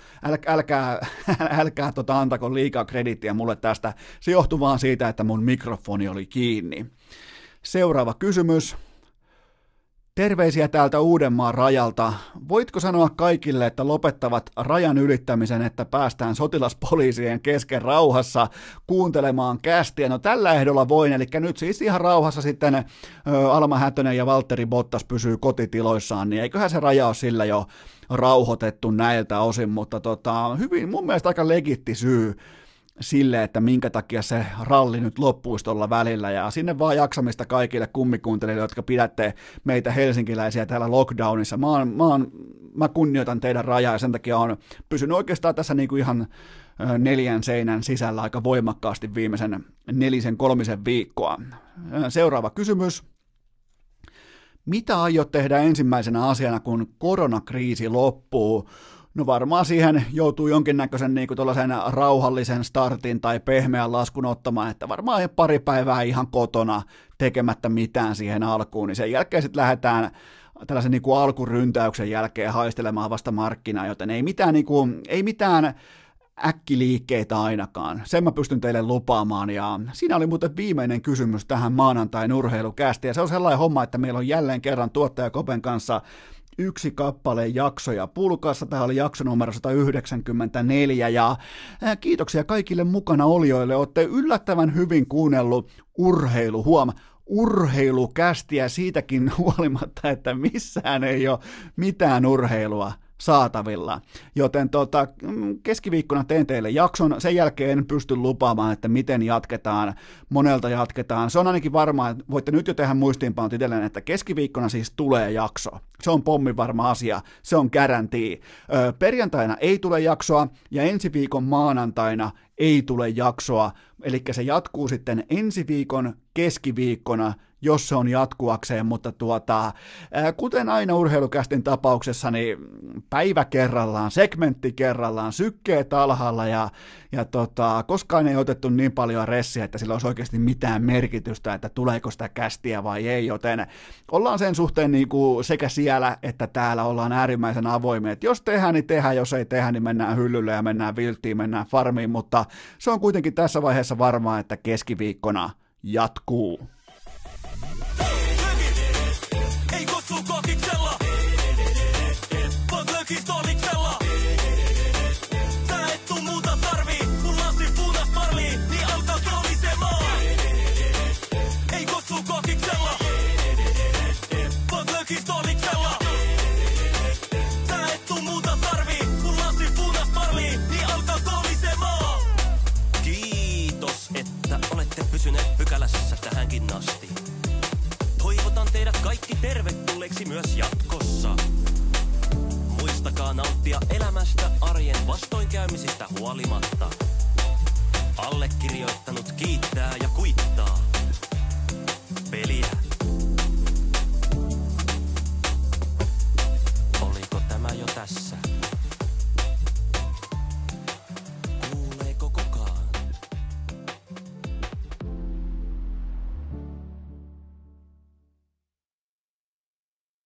älkää antako liikaa krediittiä mulle tästä. Se johtuu vaan siitä, että mun mikrofoni oli kiinni. Seuraava kysymys. Terveisiä täältä Uudenmaan rajalta. Voitko sanoa kaikille, että lopettavat rajan ylittämisen, että päästään sotilaspoliisien kesken rauhassa kuuntelemaan kästiä? No tällä ehdolla voin, eli nyt siis ihan rauhassa sitten Alma Hätönen ja Valtteri Bottas pysyy kotitiloissaan, niin eiköhän se raja ole sillä jo rauhoitettu näiltä osin, mutta hyvin mun mielestä aika legitti syy sille, että minkä takia se ralli nyt loppuisi tuolla välillä, ja sinne vaan jaksamista kaikille kummikuuntelijoille, jotka pidätte meitä helsinkiläisiä täällä lockdownissa. Mä kunnioitan teidän rajaa, ja sen takia on pysynyt oikeastaan tässä niinku ihan 4 seinän sisällä aika voimakkaasti viimeisen 4-3 viikkoa. Seuraava kysymys. Mitä aiot tehdä ensimmäisenä asiana, kun koronakriisi loppuu? No varmaan siihen joutuu jonkinnäköisen niin kuin tuollaisen rauhallisen startin tai pehmeän laskun ottamaan, että varmaan pari päivää ihan kotona tekemättä mitään siihen alkuun, niin sen jälkeen sitten lähdetään tällaisen niin kuin alkuryntäyksen jälkeen haistelemaan vasta markkinaa, joten ei mitään äkkiliikkeitä ainakaan. Sen mä pystyn teille lupaamaan, ja siinä oli muuten viimeinen kysymys tähän maanantain urheilukästiin, ja se on sellainen homma, että meillä on jälleen kerran tuottaja Kopen kanssa 1 kappale jaksoja pulkassa. Tämä oli jakso numero 194, ja kiitoksia kaikille mukana olijoille. Olette yllättävän hyvin kuunnellut urheilukästiä siitäkin huolimatta, että missään ei ole mitään urheilua saatavilla. Joten keskiviikkona teen teille jakson, sen jälkeen en pysty lupaamaan, että miten jatketaan, monelta jatketaan. Se on ainakin varmaa, että voitte nyt jo tehdä muistiinpanot itselleen, että keskiviikkona siis tulee jakso. Se on pommin varma asia, se on guarantee. Perjantaina ei tule jaksoa ja ensi viikon maanantaina ei tule jaksoa, eli se jatkuu sitten ensi viikon keskiviikkona, jos se on jatkuakseen, mutta kuten aina urheilukästin tapauksessa, niin päivä kerrallaan, segmentti kerrallaan, sykkeet alhaalla ja koskaan ei otettu niin paljon ressiä, että sillä olisi oikeasti mitään merkitystä, että tuleeko sitä kästiä vai ei, joten ollaan sen suhteen niin kuin sekä siellä että täällä ollaan äärimmäisen avoimia, että jos tehdään, niin tehdään, jos ei tehdä, niin mennään hyllylle ja mennään vilttiin, mennään farmiin, mutta se on kuitenkin tässä vaiheessa varmaa, että keskiviikkona jatkuu. Ei kutsu kokiksella, vaan lökistoliksella. Sä et tunnu tähänkin asti. Toivotan teidät kaikki tervetulleeksi myös jatkossa. Muistakaa nauttia elämästä arjen vastoinkäymisistä huolimatta. Allekirjoittanut kiittää